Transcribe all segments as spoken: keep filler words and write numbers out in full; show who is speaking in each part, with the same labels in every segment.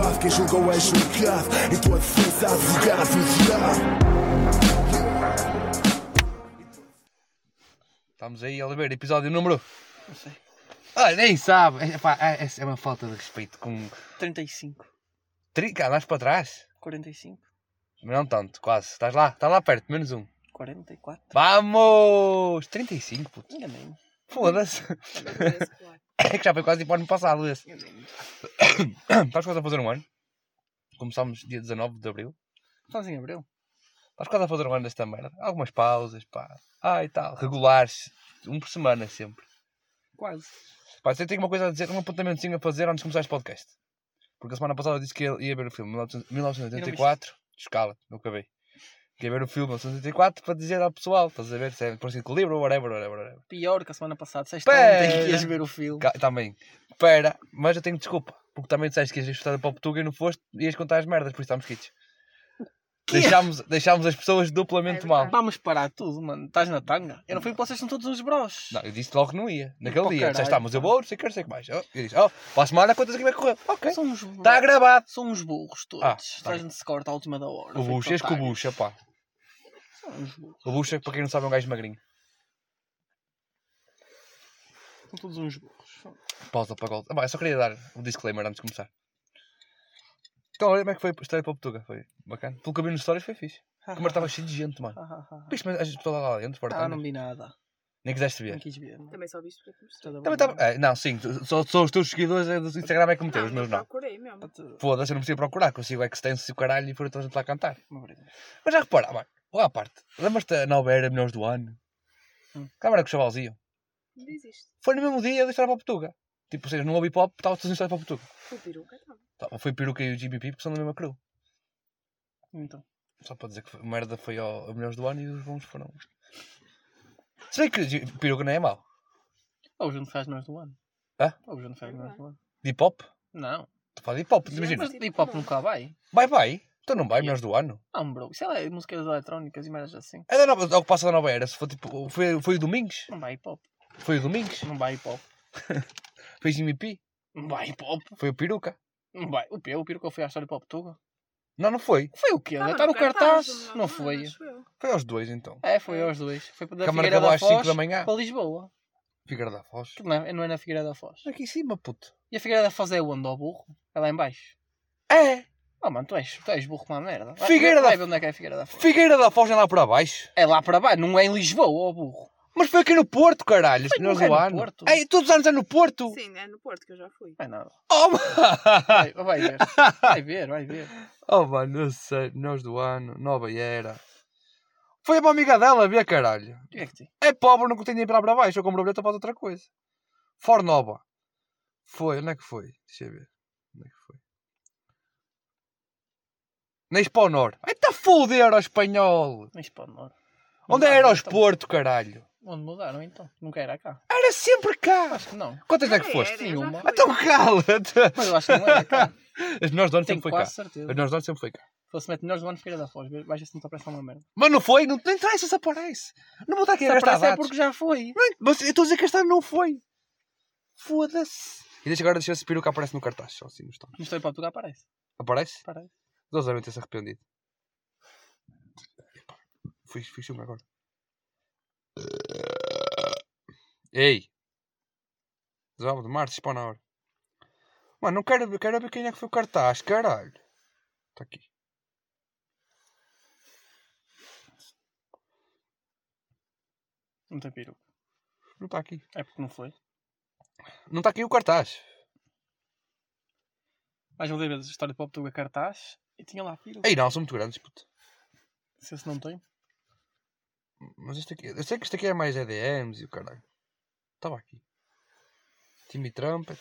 Speaker 1: lado. Quem julgou é julgado. Em tua defesa, advogado,
Speaker 2: Estamos aí, Oliveira, episódio número...
Speaker 3: Não sei.
Speaker 2: Ah, nem sabe. É, pá, é, é uma falta de respeito com...
Speaker 3: trinta e cinco.
Speaker 2: Trinca, andas para trás?
Speaker 3: quarenta e cinco.
Speaker 2: Mas não tanto, quase. Estás lá, estás lá perto, menos um.
Speaker 3: quarenta e quatro.
Speaker 2: Vamos! trinta e cinco, puto.
Speaker 3: Enganei-me.
Speaker 2: Foda-se. É que já foi quase tipo ano passado esse.
Speaker 3: Enganei-me.
Speaker 2: Estás quase a fazer um ano. Começámos dia dezanove de abril.
Speaker 3: Estás em abril?
Speaker 2: Estás quase a fazer um ano desta merda. Algumas pausas, pá. Ah, e tal. Regulares. Um por semana sempre.
Speaker 3: Quase.
Speaker 2: Pá, eu tenho uma coisa a dizer, um apontamentozinho a fazer antes de começar este podcast. Porque a semana passada eu disse que ia, ia ver o filme mil novecentos e oitenta e quatro. Escala, não acabei. Que ia ver o filme mil novecentos e oitenta e quatro para dizer ao pessoal, estás a ver? Se é parecido com o livro, whatever, whatever, whatever.
Speaker 3: Pior que a semana passada. Disseste
Speaker 2: Pera.
Speaker 3: ontem que ias ver o filme.
Speaker 2: Cá, também. Espera, mas eu tenho desculpa. Porque também disseste que ias estar para o Portugal e não foste e ias contar as merdas, por isso estamos quites. Deixámos, deixámos as pessoas duplamente
Speaker 4: É
Speaker 2: mal.
Speaker 3: Vamos parar tudo, mano. Estás na tanga? Eu não fui para vocês, são todos uns bros.
Speaker 2: Não, eu disse logo que não ia. Naquele
Speaker 3: Pô,
Speaker 2: dia.
Speaker 3: caralho.
Speaker 2: Disseste, tá, mas eu vou, não sei o que, não sei o que mais. Eu, eu disse, oh, para a semana contas aqui vai correr. Ok.
Speaker 3: São uns
Speaker 2: Está gravado.
Speaker 3: São uns burros todos.
Speaker 2: Ah,
Speaker 3: Toda a gente se corta à última da hora.
Speaker 2: O
Speaker 3: Feito
Speaker 2: bucha, este com o
Speaker 3: otários.
Speaker 2: bucha, pá.
Speaker 3: São uns burros.
Speaker 2: O bucha, para quem não sabe, é um gajo magrinho.
Speaker 3: São todos uns burros.
Speaker 2: Pausa para gol. Ah, bom, eu só queria dar um disclaimer antes de começar. Então, olha como é que foi a história para o Portugal. Foi bacana. Pelo que eu vi nos stories foi fixe. Como estava cheio de gente, mano. Viste, mas a gente estava lá dentro, para
Speaker 3: Ah, não vi nada.
Speaker 2: Nem quiseste
Speaker 3: Não
Speaker 2: ver.
Speaker 3: quis ver. Não.
Speaker 4: Também só viste para começar.
Speaker 3: Toda
Speaker 2: Também
Speaker 3: bem.
Speaker 2: estava. É, não, sim, só, só os teus seguidores é do Instagram é que meteram, os meus não.
Speaker 4: Procurei mesmo.
Speaker 2: Foda-se, eu não preciso procurar, consigo extenso e o caralho e foram toda a gente lá cantar.
Speaker 3: Não brinco.
Speaker 2: Mas já repara, mano, lá à parte, lembras-te da nova era milhões do ano?
Speaker 3: Hum.
Speaker 2: Câmara com o chavalzinho.
Speaker 4: Não existe.
Speaker 2: Foi no mesmo dia da história para o Portugal. Tipo, ou seja, no hip hop estava todos a história para o Portugal.
Speaker 4: O peruca estava.
Speaker 2: Tá, foi Peruca e o Jimmy P porque são da mesma crew.
Speaker 3: Então.
Speaker 2: Só para dizer que a merda foi ao, a milhões do ano e os bons foram. Sei que G- Peruca não é mau.
Speaker 3: Ou o João faz nós do ano.
Speaker 2: Hã?
Speaker 3: Ou o João faz nós do ano.
Speaker 2: De hip hop?
Speaker 3: Não.
Speaker 2: Estou a falar de hip hop, imagina.
Speaker 3: Mas hip hop nunca vai.
Speaker 2: Vai, vai. Então não vai, milhões do ano.
Speaker 3: Não, bro. Isso é músicas eletrónicas e merdas assim.
Speaker 2: É, da nova, é o que passa da nova era. Se for, tipo, foi, foi o Domingos.
Speaker 3: Não vai hip hop.
Speaker 2: Foi o Domingos.
Speaker 3: Não vai hip hop.
Speaker 2: Foi Jimmy P.
Speaker 3: Não vai hip hop.
Speaker 2: Foi o Peruca.
Speaker 3: Não vai. O P, o Piro que eu fui à história para o Portugal.
Speaker 2: Não, não foi.
Speaker 3: Foi o quê?
Speaker 4: Estava
Speaker 3: Está no cartaz. Não foi.
Speaker 4: acho eu.
Speaker 2: Foi aos dois então.
Speaker 3: É, foi aos dois. Foi da
Speaker 2: Câmara
Speaker 3: Figueira
Speaker 2: acabou
Speaker 3: da
Speaker 2: às cinco
Speaker 3: Foz
Speaker 2: da manhã.
Speaker 3: para Lisboa.
Speaker 2: Figueira da Foz.
Speaker 3: Que não é, não é na Figueira da Foz.
Speaker 2: Aqui em cima, puto.
Speaker 3: E a Figueira da Foz é onde, ó burro? É lá em baixo.
Speaker 2: É!
Speaker 3: Oh mano, tu és, tu és burro com uma merda. Vai,
Speaker 2: Figueira
Speaker 3: vai
Speaker 2: da-
Speaker 3: ver onde é que é a Figueira da Foz.
Speaker 2: Figueira da Foz é lá para baixo.
Speaker 3: É lá para baixo, não é em Lisboa, ó burro.
Speaker 2: Mas foi aqui no Porto, caralho.
Speaker 3: Foi,
Speaker 2: Nós
Speaker 3: não é
Speaker 2: do
Speaker 3: no
Speaker 2: ano.
Speaker 3: Porto.
Speaker 2: Ei, todos os anos é no Porto.
Speaker 4: Sim, é no Porto que eu já fui.
Speaker 3: Vai nada.
Speaker 2: Oh, mano.
Speaker 3: Vai, vai ver. Vai ver, vai ver.
Speaker 2: Oh, mano, eu sei. Nós do ano. Nova era. Foi uma amiga dela, vê, caralho.
Speaker 3: O que é que tem?
Speaker 2: É pobre, não tem dinheiro para ir para baixo. Eu compro o bilhete para outra coisa. Fornova. Foi, onde é que foi? Deixa eu ver. Onde é que foi? Na Expo Norte. Ai, tá foder ao espanhol.
Speaker 3: Mas pô, não.
Speaker 2: Onde é
Speaker 3: Mudaram,
Speaker 2: Aerosporto, caralho?
Speaker 3: então. Onde mudaram então? Nunca era cá.
Speaker 2: Era sempre cá.
Speaker 3: Acho que não.
Speaker 2: Quantas é que
Speaker 4: Era,
Speaker 2: foste?
Speaker 4: era, eu
Speaker 3: Nenhuma.
Speaker 4: já fui.
Speaker 2: Então cala-te.
Speaker 3: Mas eu acho que não era cá.
Speaker 2: As menores do ano
Speaker 3: Tenho
Speaker 2: sempre foi
Speaker 3: quase
Speaker 2: cá.
Speaker 3: certeza.
Speaker 2: As menores do ano sempre foi cá.
Speaker 3: Se fosse mete melhores do ano Figueira da Foz, vais ver se não te aparece uma merda.
Speaker 2: Mas não foi? Não, não interessa se aparece. Não vou estar aqui
Speaker 3: Se
Speaker 2: a gastar
Speaker 3: aparece é
Speaker 2: dados.
Speaker 3: porque já foi.
Speaker 2: Não, mas eu estou a dizer que este ano não foi. Foda-se. E deixa agora deixa esse peruca aparece no cartaz. Só assim no estado.
Speaker 3: Mas estou para Portugal, aparece.
Speaker 2: Aparece?
Speaker 3: Aparece.
Speaker 2: Eles devem ter-se arrependido. Fui, fui chunga agora. Ei! dezenove de março, Expo na hora. Mano, não quero ver, quero ver quem é que foi o cartaz, caralho. Está aqui.
Speaker 3: Não tem peru.
Speaker 2: Não está aqui.
Speaker 3: É porque não foi.
Speaker 2: Não está aqui o cartaz.
Speaker 3: Mas eu dei a história de Portugal cartaz e tinha lá peru.
Speaker 2: Ei, não, são muito grandes, puto.
Speaker 3: Se esse não tem.
Speaker 2: Mas este aqui, eu sei que isto aqui é mais E D Ms e o caralho. Estava aqui. Timmy Trumpet.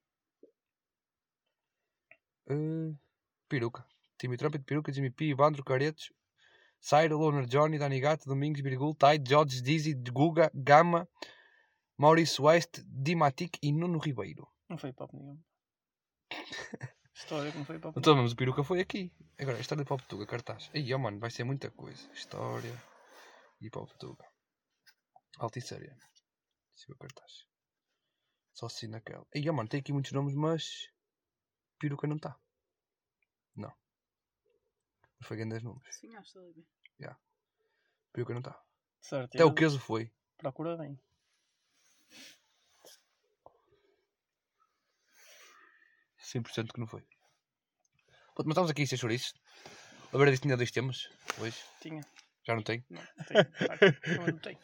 Speaker 2: Uh, peruca. Timmy Trumpet, Peruca, Jimmy P, Ivandro, Caretos, Cyril, Loner Johnny, Dani Gato, Domingos, Birgul, Tide, George, Dizzy, Guga, Gama, Maurício West, Dimatic e Nuno Ribeiro.
Speaker 3: Não foi pop nenhum. História que não foi pop
Speaker 2: Então, mas o Peruca foi aqui. Agora, a história de Pop Tuga, cartaz. Aí, ó, mano, vai ser muita coisa. História e Pop Tuga. Alticeria. Deixa eu ver o cartaz. Só assim naquela. Aí, ó, mano, tem aqui muitos nomes, mas Peruca não está. Mas foi grandes números.
Speaker 4: Sonhaste ali.
Speaker 2: Peruca não está.
Speaker 3: Certo.
Speaker 2: Até o Queso foi.
Speaker 3: Procura bem.
Speaker 2: cem por cento que não foi. Pronto, mas estamos aqui sem chouriços. A Vera disse que tinha dois temas hoje.
Speaker 3: Tinha.
Speaker 2: Já não tem.
Speaker 3: Não, não tenho. Claro, não, não tenho.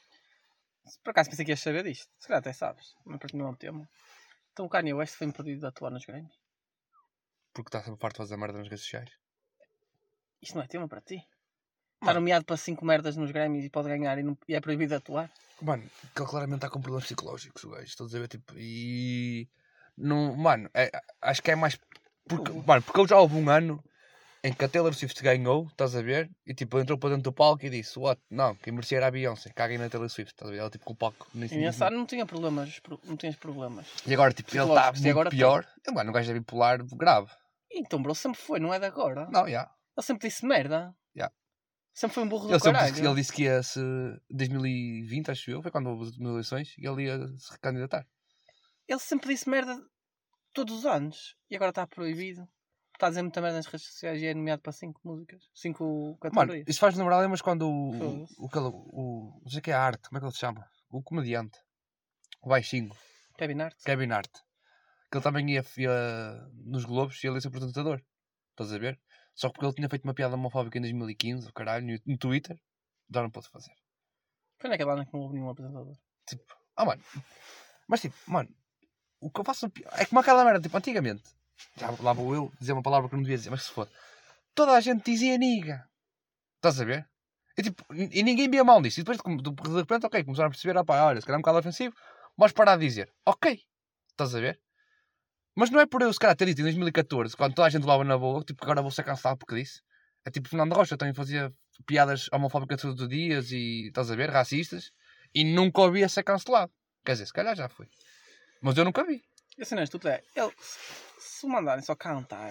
Speaker 3: Por acaso pensei que ias saber disto. Se calhar até sabes. Mas para ti não é um tema. Então o Kanye West foi impedido de atuar nos Grammys.
Speaker 2: Porque está sempre farto de fazer merda nas redes sociais.
Speaker 3: Isto não é tema para ti? Está
Speaker 2: Mano.
Speaker 3: nomeado para cinco merdas nos Grammys e pode ganhar e, não, e é proibido de atuar?
Speaker 2: Mano, que ele claramente está com problemas psicológicos, o gajo. Estou a dizer, tipo, e... Não, mano, é- acho que é mais... Porque,
Speaker 3: Uhum.
Speaker 2: mano, porque eu já houve um ano em que a Taylor Swift ganhou, estás a ver? E tipo, entrou para dentro do palco e disse, what? Não, quem merecia era a Beyoncé. Caguem na Taylor Swift, estás a ver? Ela tipo com o palco. Nem
Speaker 3: E nessa área não tinha problemas. pro- Não tinhas problemas.
Speaker 2: E agora, tipo, ele está
Speaker 3: Psicológicos, e
Speaker 2: muito
Speaker 3: agora
Speaker 2: pior. E, mano, o gajo é bipolar grave.
Speaker 3: Então, bro, sempre foi, não é de agora.
Speaker 2: Não, já.
Speaker 3: Ele sempre disse merda.
Speaker 2: Já.
Speaker 3: Sempre foi um burro do
Speaker 2: Ele, sempre
Speaker 3: caralho.
Speaker 2: disse, que- ele disse que ia se... dois mil e vinte, acho eu, foi quando houve as últimas eleições, e ele ia se recandidatar.
Speaker 3: Ele sempre disse merda todos os anos. E agora está proibido. Está a dizer muita merda nas redes sociais e é nomeado para cinco músicas. cinco
Speaker 2: Mano,
Speaker 3: categorias.
Speaker 2: isso faz lembrar, lembras quando o... o,
Speaker 3: Foda-se.
Speaker 2: o, aquele- o não sei o que é a arte, como é que ele se chama? O comediante. O baixinho.
Speaker 3: Kevin Hart.
Speaker 2: Kevin Hart. Que ele também ia, ia nos Globos e ele ia ser apresentador. Estás a ver? Só porque ele tinha feito uma piada homofóbica em dois mil e quinze, o caralho, no, no Twitter. Já não pode fazer.
Speaker 3: Foi naquela ano que não houve nenhum apresentador.
Speaker 2: Tipo, ah, mano. Mas tipo, mano, o que eu faço é como aquela merda, tipo, antigamente. Já lá vou eu dizer uma palavra que não devia dizer, mas se for. Toda a gente dizia niga. Estás a ver? E, tipo, e ninguém via mal nisso. E depois, de, de repente, ok, começaram a perceber, ah pá, olha, se calhar é um bocado ofensivo, mas parar de dizer. Ok. Estás a ver? Mas não é por eu, se calhar, ter dito em dois mil e catorze, quando toda a gente lava na boa, tipo, que agora vou ser cancelado porque disse. É tipo Fernando Rocha, também fazia piadas homofóbicas todos os dias e, estás a ver, racistas, e nunca ouvia ser cancelado. Quer dizer, se calhar já foi. Mas eu nunca vi.
Speaker 3: E assim, não é estúpido, é. Ele, se, se o mandarem só cantar,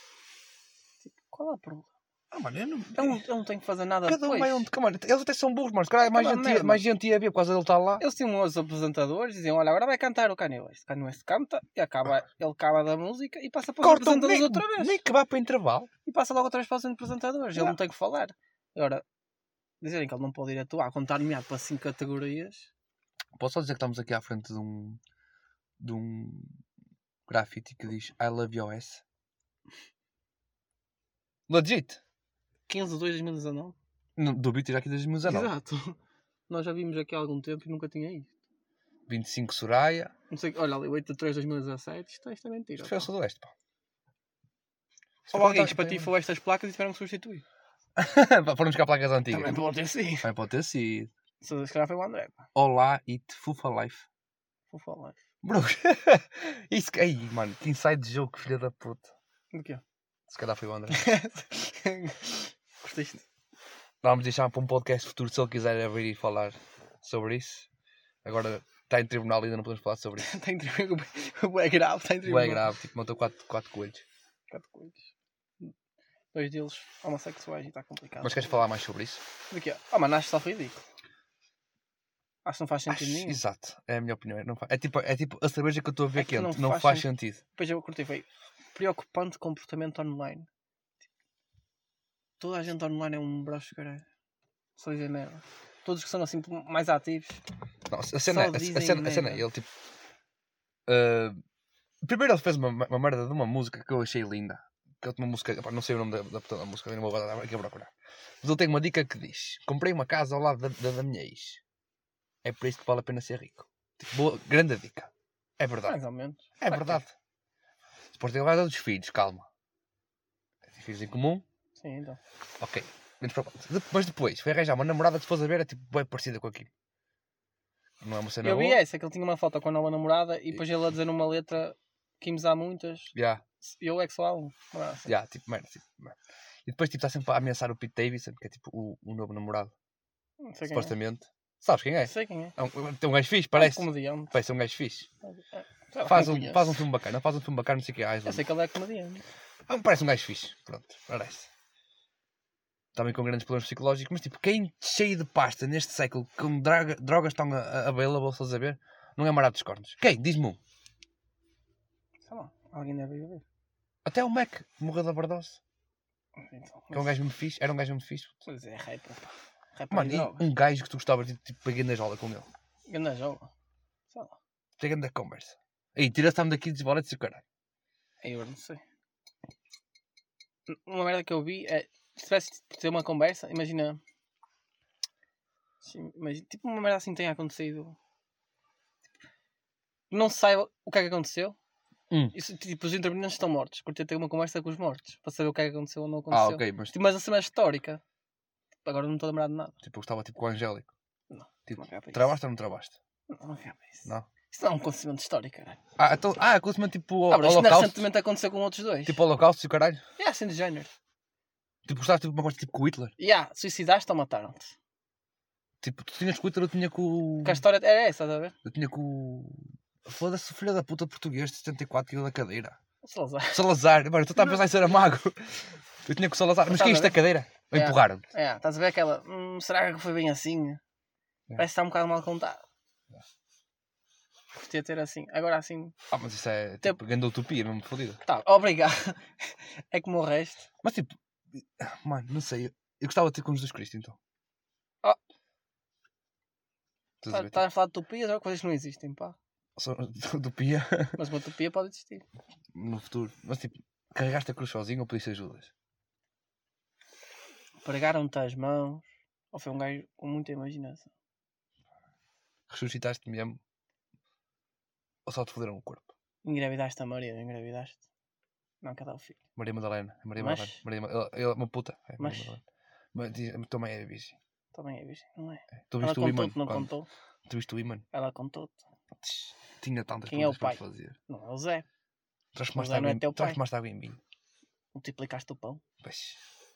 Speaker 3: tipo, qual é o problema?
Speaker 2: Ah, mano, eu não...
Speaker 3: Ele não, ele não tem que fazer nada
Speaker 2: Cada um
Speaker 3: depois.
Speaker 2: vai onde... Mano, eles até são burros, mas se calhar mais
Speaker 3: Aquela
Speaker 2: gente, ia,
Speaker 3: merda.
Speaker 2: mais gente ia ver por causa dele estar lá.
Speaker 3: Eles tinham os apresentadores e diziam, olha, agora vai cantar o Kanye West. Kanye West canta e acaba, ele acaba da música e passa para os
Speaker 2: Cortam,
Speaker 3: apresentadores
Speaker 2: nem,
Speaker 3: outra vez.
Speaker 2: nem que vá para intervalo.
Speaker 3: E passa logo outra vez para os apresentadores. Ele
Speaker 2: Yeah.
Speaker 3: não tem que falar. Agora, dizerem que ele não pode ir atuar quando está nomeado para cinco categorias.
Speaker 2: Posso só dizer que estamos aqui à frente de um... de um grafite que diz I love your ass. Legit.
Speaker 3: quinze de dois de dois mil e dezanove.
Speaker 2: Não, duvido já aqui desde dois mil e dezanove.
Speaker 3: Exato. Nós já vimos aqui há algum tempo e nunca tinha isto.
Speaker 2: vinte e cinco Soraya.
Speaker 3: Não sei, olha ali, oito de três de dois mil e dezassete. Isto, isto é mentira.
Speaker 2: Isto foi o Sudoeste, pá.
Speaker 3: Ou alguém espatifou estas placas e tiveram que substituir.
Speaker 2: Foram buscar placas antigas.
Speaker 3: Também pode ter sido.
Speaker 2: Também pode ter sido.
Speaker 3: Se calhar foi o André, pá.
Speaker 2: Olá, it Fufa Life.
Speaker 3: Vou falar.
Speaker 2: Bro, isso que... Ai, mano, que inside de jogo, filha da puta.
Speaker 3: Do quê?
Speaker 2: Se calhar foi o André.
Speaker 3: Gostaste?
Speaker 2: Vamos deixar para um podcast futuro se ele quiser vir e falar sobre isso. Agora está em tribunal e ainda não podemos falar sobre isso.
Speaker 3: Está em tribunal. É grave, está em
Speaker 2: Ou
Speaker 3: tribunal.
Speaker 2: é grave, tipo, matou quatro, quatro coelhos.
Speaker 3: Quatro coelhos. Dois deles homossexuais e está complicado.
Speaker 2: Mas queres falar mais sobre isso?
Speaker 3: Do quê? Oh, mano, acho só ridículo. Acho que não faz sentido
Speaker 2: Acho-
Speaker 3: nenhum.
Speaker 2: exato, é a minha opinião. Não faz... é, tipo, é tipo a cerveja que eu estou a ver
Speaker 3: É que
Speaker 2: quente.
Speaker 3: não
Speaker 2: Não,
Speaker 3: faz
Speaker 2: faz sentido.
Speaker 3: Depois eu curti, foi preocupante comportamento online. Toda a gente online é um broche, caralho. Só dizer merda. Todos que são assim mais ativos.
Speaker 2: Não, a cena,
Speaker 3: Só
Speaker 2: a, a,
Speaker 3: dizem
Speaker 2: cena, a cena é
Speaker 3: merda.
Speaker 2: ele tipo. ah, primeiro ele fez uma, uma merda de uma música que eu achei linda. Que é uma música, pá, não sei o nome da, da, da música, não vou dar aqui a procurar. Mas ele tem uma dica que diz: comprei uma casa ao lado da, da, da minha ex. É por isso que vale a pena ser rico. Tipo, boa, grande dica. É verdade.
Speaker 3: Mais ou menos.
Speaker 2: É
Speaker 3: Vai
Speaker 2: verdade. Depois tem o lado dos filhos, calma. Tem filhos em comum.
Speaker 3: ter. Sim, então.
Speaker 2: Ok. Menos preocupante. De- Mas depois foi arranjar uma namorada que se fosse a ver é tipo bem parecida com aquilo. Não é uma cena
Speaker 3: Eu vi
Speaker 2: boa.
Speaker 3: essa, que ele tinha uma foto com a nova namorada e depois ele a dizer numa letra que há muitas.
Speaker 2: Já,
Speaker 3: E eu é que só há um. Ah, assim.
Speaker 2: já, tipo, merda, tipo, merda. E depois tipo está sempre a ameaçar o Pete Davidson, que é tipo o, o novo namorado,
Speaker 3: Não sei quem
Speaker 2: supostamente. Sabes quem
Speaker 3: é.
Speaker 2: é?
Speaker 3: Não sei quem é.
Speaker 2: É um, tem um gajo fixe,
Speaker 3: É um
Speaker 2: parece.
Speaker 3: comediante.
Speaker 2: Parece um gajo fixe.
Speaker 3: É, sei lá,
Speaker 2: Faz
Speaker 3: não
Speaker 2: um,
Speaker 3: conheço.
Speaker 2: faz um filme bacana, faz um filme bacana, não sei o que é.
Speaker 3: Eu
Speaker 2: Island.
Speaker 3: sei que ele é comediante.
Speaker 2: Ah, parece um gajo fixe. Pronto, parece. Também com grandes problemas psicológicos, mas tipo, quem cheio de pasta neste século, com droga, drogas estão a- a- available, estás a ver? Não é marado dos cornos. Quem? Diz-me um.
Speaker 3: Sei lá, alguém deve ir ver.
Speaker 2: Até o Mac morreu da overdose.
Speaker 3: Então,
Speaker 2: Que é um gajo muito fixe. Era um gajo muito fixe.
Speaker 3: Mas é rapper, pá. Rapper
Speaker 2: Mano,
Speaker 3: e
Speaker 2: e
Speaker 3: droga.
Speaker 2: um gajo que tu gostavas de tipo, pegar na jola com ele.
Speaker 3: Ganda jogo. Sei lá.
Speaker 2: Pegando da conversa. Aí, tira-se-me daqui e desbola-te o caralho.
Speaker 3: Aí eu não sei. Uma merda que eu vi é. Se tivesse de ter uma conversa, imagina. Sim, imagina tipo uma merda assim tenha acontecido. Não se saiba o que é que aconteceu.
Speaker 2: Hum.
Speaker 3: Isso, tipo, os intervenientes estão mortos. Curti ter uma conversa com os mortos. Para saber o que é que aconteceu ou não
Speaker 2: Ah,
Speaker 3: aconteceu.
Speaker 2: ok, mas
Speaker 3: Tipo, mas a cena é histórica. Tipo, agora não estou a lembrar de nada.
Speaker 2: tipo, eu estava tipo com o Angélico.
Speaker 3: Não.
Speaker 2: Tipo,
Speaker 3: não acaba isso.
Speaker 2: travaste ou não travaste?
Speaker 3: Não, não acaba isso.
Speaker 2: Não.
Speaker 3: Isso não é um acontecimento histórico, caralho.
Speaker 2: Ah, então, ah, acontecimento tipo
Speaker 3: Ah, bro, isto ainda
Speaker 2: holocausto.
Speaker 3: recentemente aconteceu com outros dois.
Speaker 2: Tipo holocausto e o caralho.
Speaker 3: É assim de género.
Speaker 2: Tipo, gostaste de uma coisa tipo com o Hitler.
Speaker 3: Yeah, suicidaste ou mataram-te?
Speaker 2: Tipo, tu tinhas com o Hitler, eu tinha com o...
Speaker 3: Porque a história era essa, estás a ver?
Speaker 2: Eu tinha com o... Foda-se, filho da puta português de setenta e quatro quilos da cadeira.
Speaker 3: O Salazar.
Speaker 2: Salazar. Mano, tu estás a pensar em ser amago. Eu tinha com o Salazar. Mas
Speaker 3: Estás
Speaker 2: que é
Speaker 3: a
Speaker 2: isto da
Speaker 3: ver?
Speaker 2: cadeira? Ou
Speaker 3: Yeah.
Speaker 2: empurraram-te?
Speaker 3: É, estás a ver aquela. Hum, será que foi bem assim? Parece que está um bocado mal contado. Podia ter assim. Agora assim.
Speaker 2: Ah, mas isso é
Speaker 3: Tempo.
Speaker 2: tipo grande utopia, mesmo fodida.
Speaker 3: Tá, obrigado. É como o resto.
Speaker 2: Mas tipo, mano, não sei. Eu gostava de ter com Jesus Cristo então.
Speaker 3: Oh.
Speaker 2: Estás a ver?
Speaker 3: Estás a falar de utopias ou coisas que não existem, pá.
Speaker 2: Tipo, só utopia
Speaker 3: Mas uma utopia pode existir.
Speaker 2: no futuro. Mas tipo, carregaste a cruz sozinho ou pediste ajudas?
Speaker 3: Pregaram-te as mãos. Ou foi um gajo com muita imaginação.
Speaker 2: Ressuscitaste mesmo? Ou só te foderam o corpo?
Speaker 3: Engravidaste a Maria, não engravidaste? Não, cadê o filho?
Speaker 2: Maria Madalena. Maria
Speaker 3: Mas-
Speaker 2: Madalena. Maria Ma- Ela ela é uma puta. É, Maria
Speaker 3: Mas-
Speaker 2: Madalena. Mas diz- também é virgem.
Speaker 3: Também é virgem, não é?
Speaker 2: É. Tu
Speaker 3: Ela
Speaker 2: viste o imã?
Speaker 3: contou-te, não
Speaker 2: quando-
Speaker 3: contou?
Speaker 2: Tu viste o imã?
Speaker 3: Ela contou-te.
Speaker 2: Tch, Tinha tantas
Speaker 3: Quem é o
Speaker 2: perguntas para te
Speaker 3: pai?
Speaker 2: fazer.
Speaker 3: Não é o Zé.
Speaker 2: Transformaste
Speaker 3: Zé não
Speaker 2: água
Speaker 3: é
Speaker 2: em-
Speaker 3: teu pai.
Speaker 2: transformaste água em vinho.
Speaker 3: Multiplicaste o pão.
Speaker 2: Pois.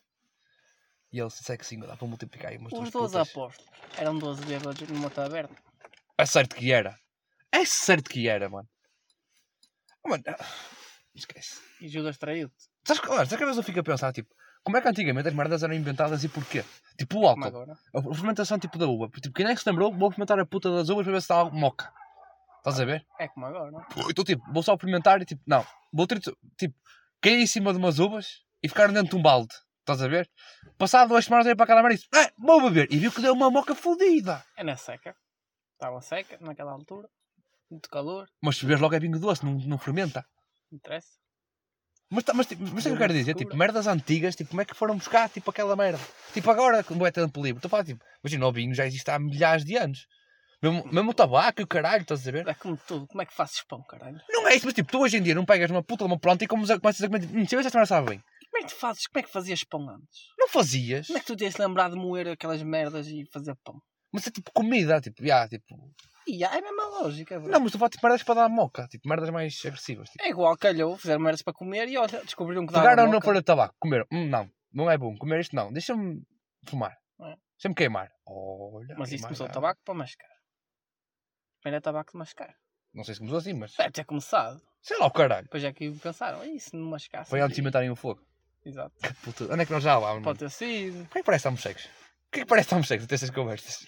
Speaker 2: E ele se que sim, dá para multiplicar aí umas
Speaker 3: Os
Speaker 2: duas
Speaker 3: doze
Speaker 2: putas.
Speaker 3: apóstolos eram doze bêbados numa taberna.
Speaker 2: É certo que era. É certo que era, mano. Mano, ah, esquece.
Speaker 3: E Judas traiu-te.
Speaker 2: Sabes que, olha, sabes que às vezes eu fico a pensar, tipo, como é que antigamente as merdas eram inventadas e porquê? Tipo o
Speaker 3: Como
Speaker 2: álcool.
Speaker 3: agora.
Speaker 2: A fermentação tipo da uva. Tipo, quem é que se lembrou? Vou fermentar a puta das uvas para ver se está moca. Estás a ver?
Speaker 3: É como agora.
Speaker 2: Então, tipo, vou só fermentar e tipo, não. Vou ter, tipo, cair em cima de umas uvas e ficar dentro de um balde. Estás a ver? Passado duas semanas eu ia para aquela merda e disse, ah, vou beber. E viu que deu uma moca fodida.
Speaker 3: É na seca. Estava seca naquela altura. Muito calor.
Speaker 2: Mas se beberes logo é vinho doce, não, não fermenta.
Speaker 3: Não interessa.
Speaker 2: Mas, tá- mas, tipo, mas é o que eu quero dizer,
Speaker 3: Segura.
Speaker 2: tipo, merdas antigas, tipo, como é que foram buscar, tipo, aquela merda? Tipo, agora, como é tempo livre, estou a falar, tipo, imagina, o vinho já existe há milhares de anos. Mesmo, mesmo o tabaco e o caralho, estás a ver?
Speaker 3: É como tudo. Como é que fazes pão, caralho?
Speaker 2: Não é isso, mas tipo, tu hoje em dia não pegas numa puta de uma planta e comes a- começas a comer, hum, se eu esta merda sabe bem.
Speaker 3: Como é que tu fazes? Como é que fazias pão antes?
Speaker 2: Não fazias,
Speaker 3: Como é que tu tens lembrado de moer aquelas merdas e fazer pão?
Speaker 2: mas é tipo comida, tipo, já, tipo...
Speaker 3: E é a mesma lógica, bro.
Speaker 2: Não, mas tu fazes tipo, merdas para dar moca, tipo, merdas mais agressivas, tipo.
Speaker 3: É igual, calhou, fizeram merdas para comer e olha, descobriram que dava
Speaker 2: Pegaram na
Speaker 3: moca.
Speaker 2: folha de tabaco, comeram, hum, não, não é bom, comer isto não, deixa-me fumar,
Speaker 3: É.
Speaker 2: deixa-me queimar. Olha,
Speaker 3: Mas isso
Speaker 2: queimar,
Speaker 3: começou o
Speaker 2: já.
Speaker 3: tabaco para mascar. Primeiro é tabaco de mascar.
Speaker 2: Não sei se começou assim, mas
Speaker 3: Deve ter começado.
Speaker 2: sei lá o caralho.
Speaker 3: Depois é que pensaram, "Ih, se não mascasse.
Speaker 2: Foi antes de inventarem o fogo.
Speaker 3: Exato.
Speaker 2: Que puta, onde é que nós já lá?
Speaker 3: Pode ter sido.
Speaker 2: Porquê que parece que estamos cegos? Porquê que parece que estamos cegos a ter essas conversas?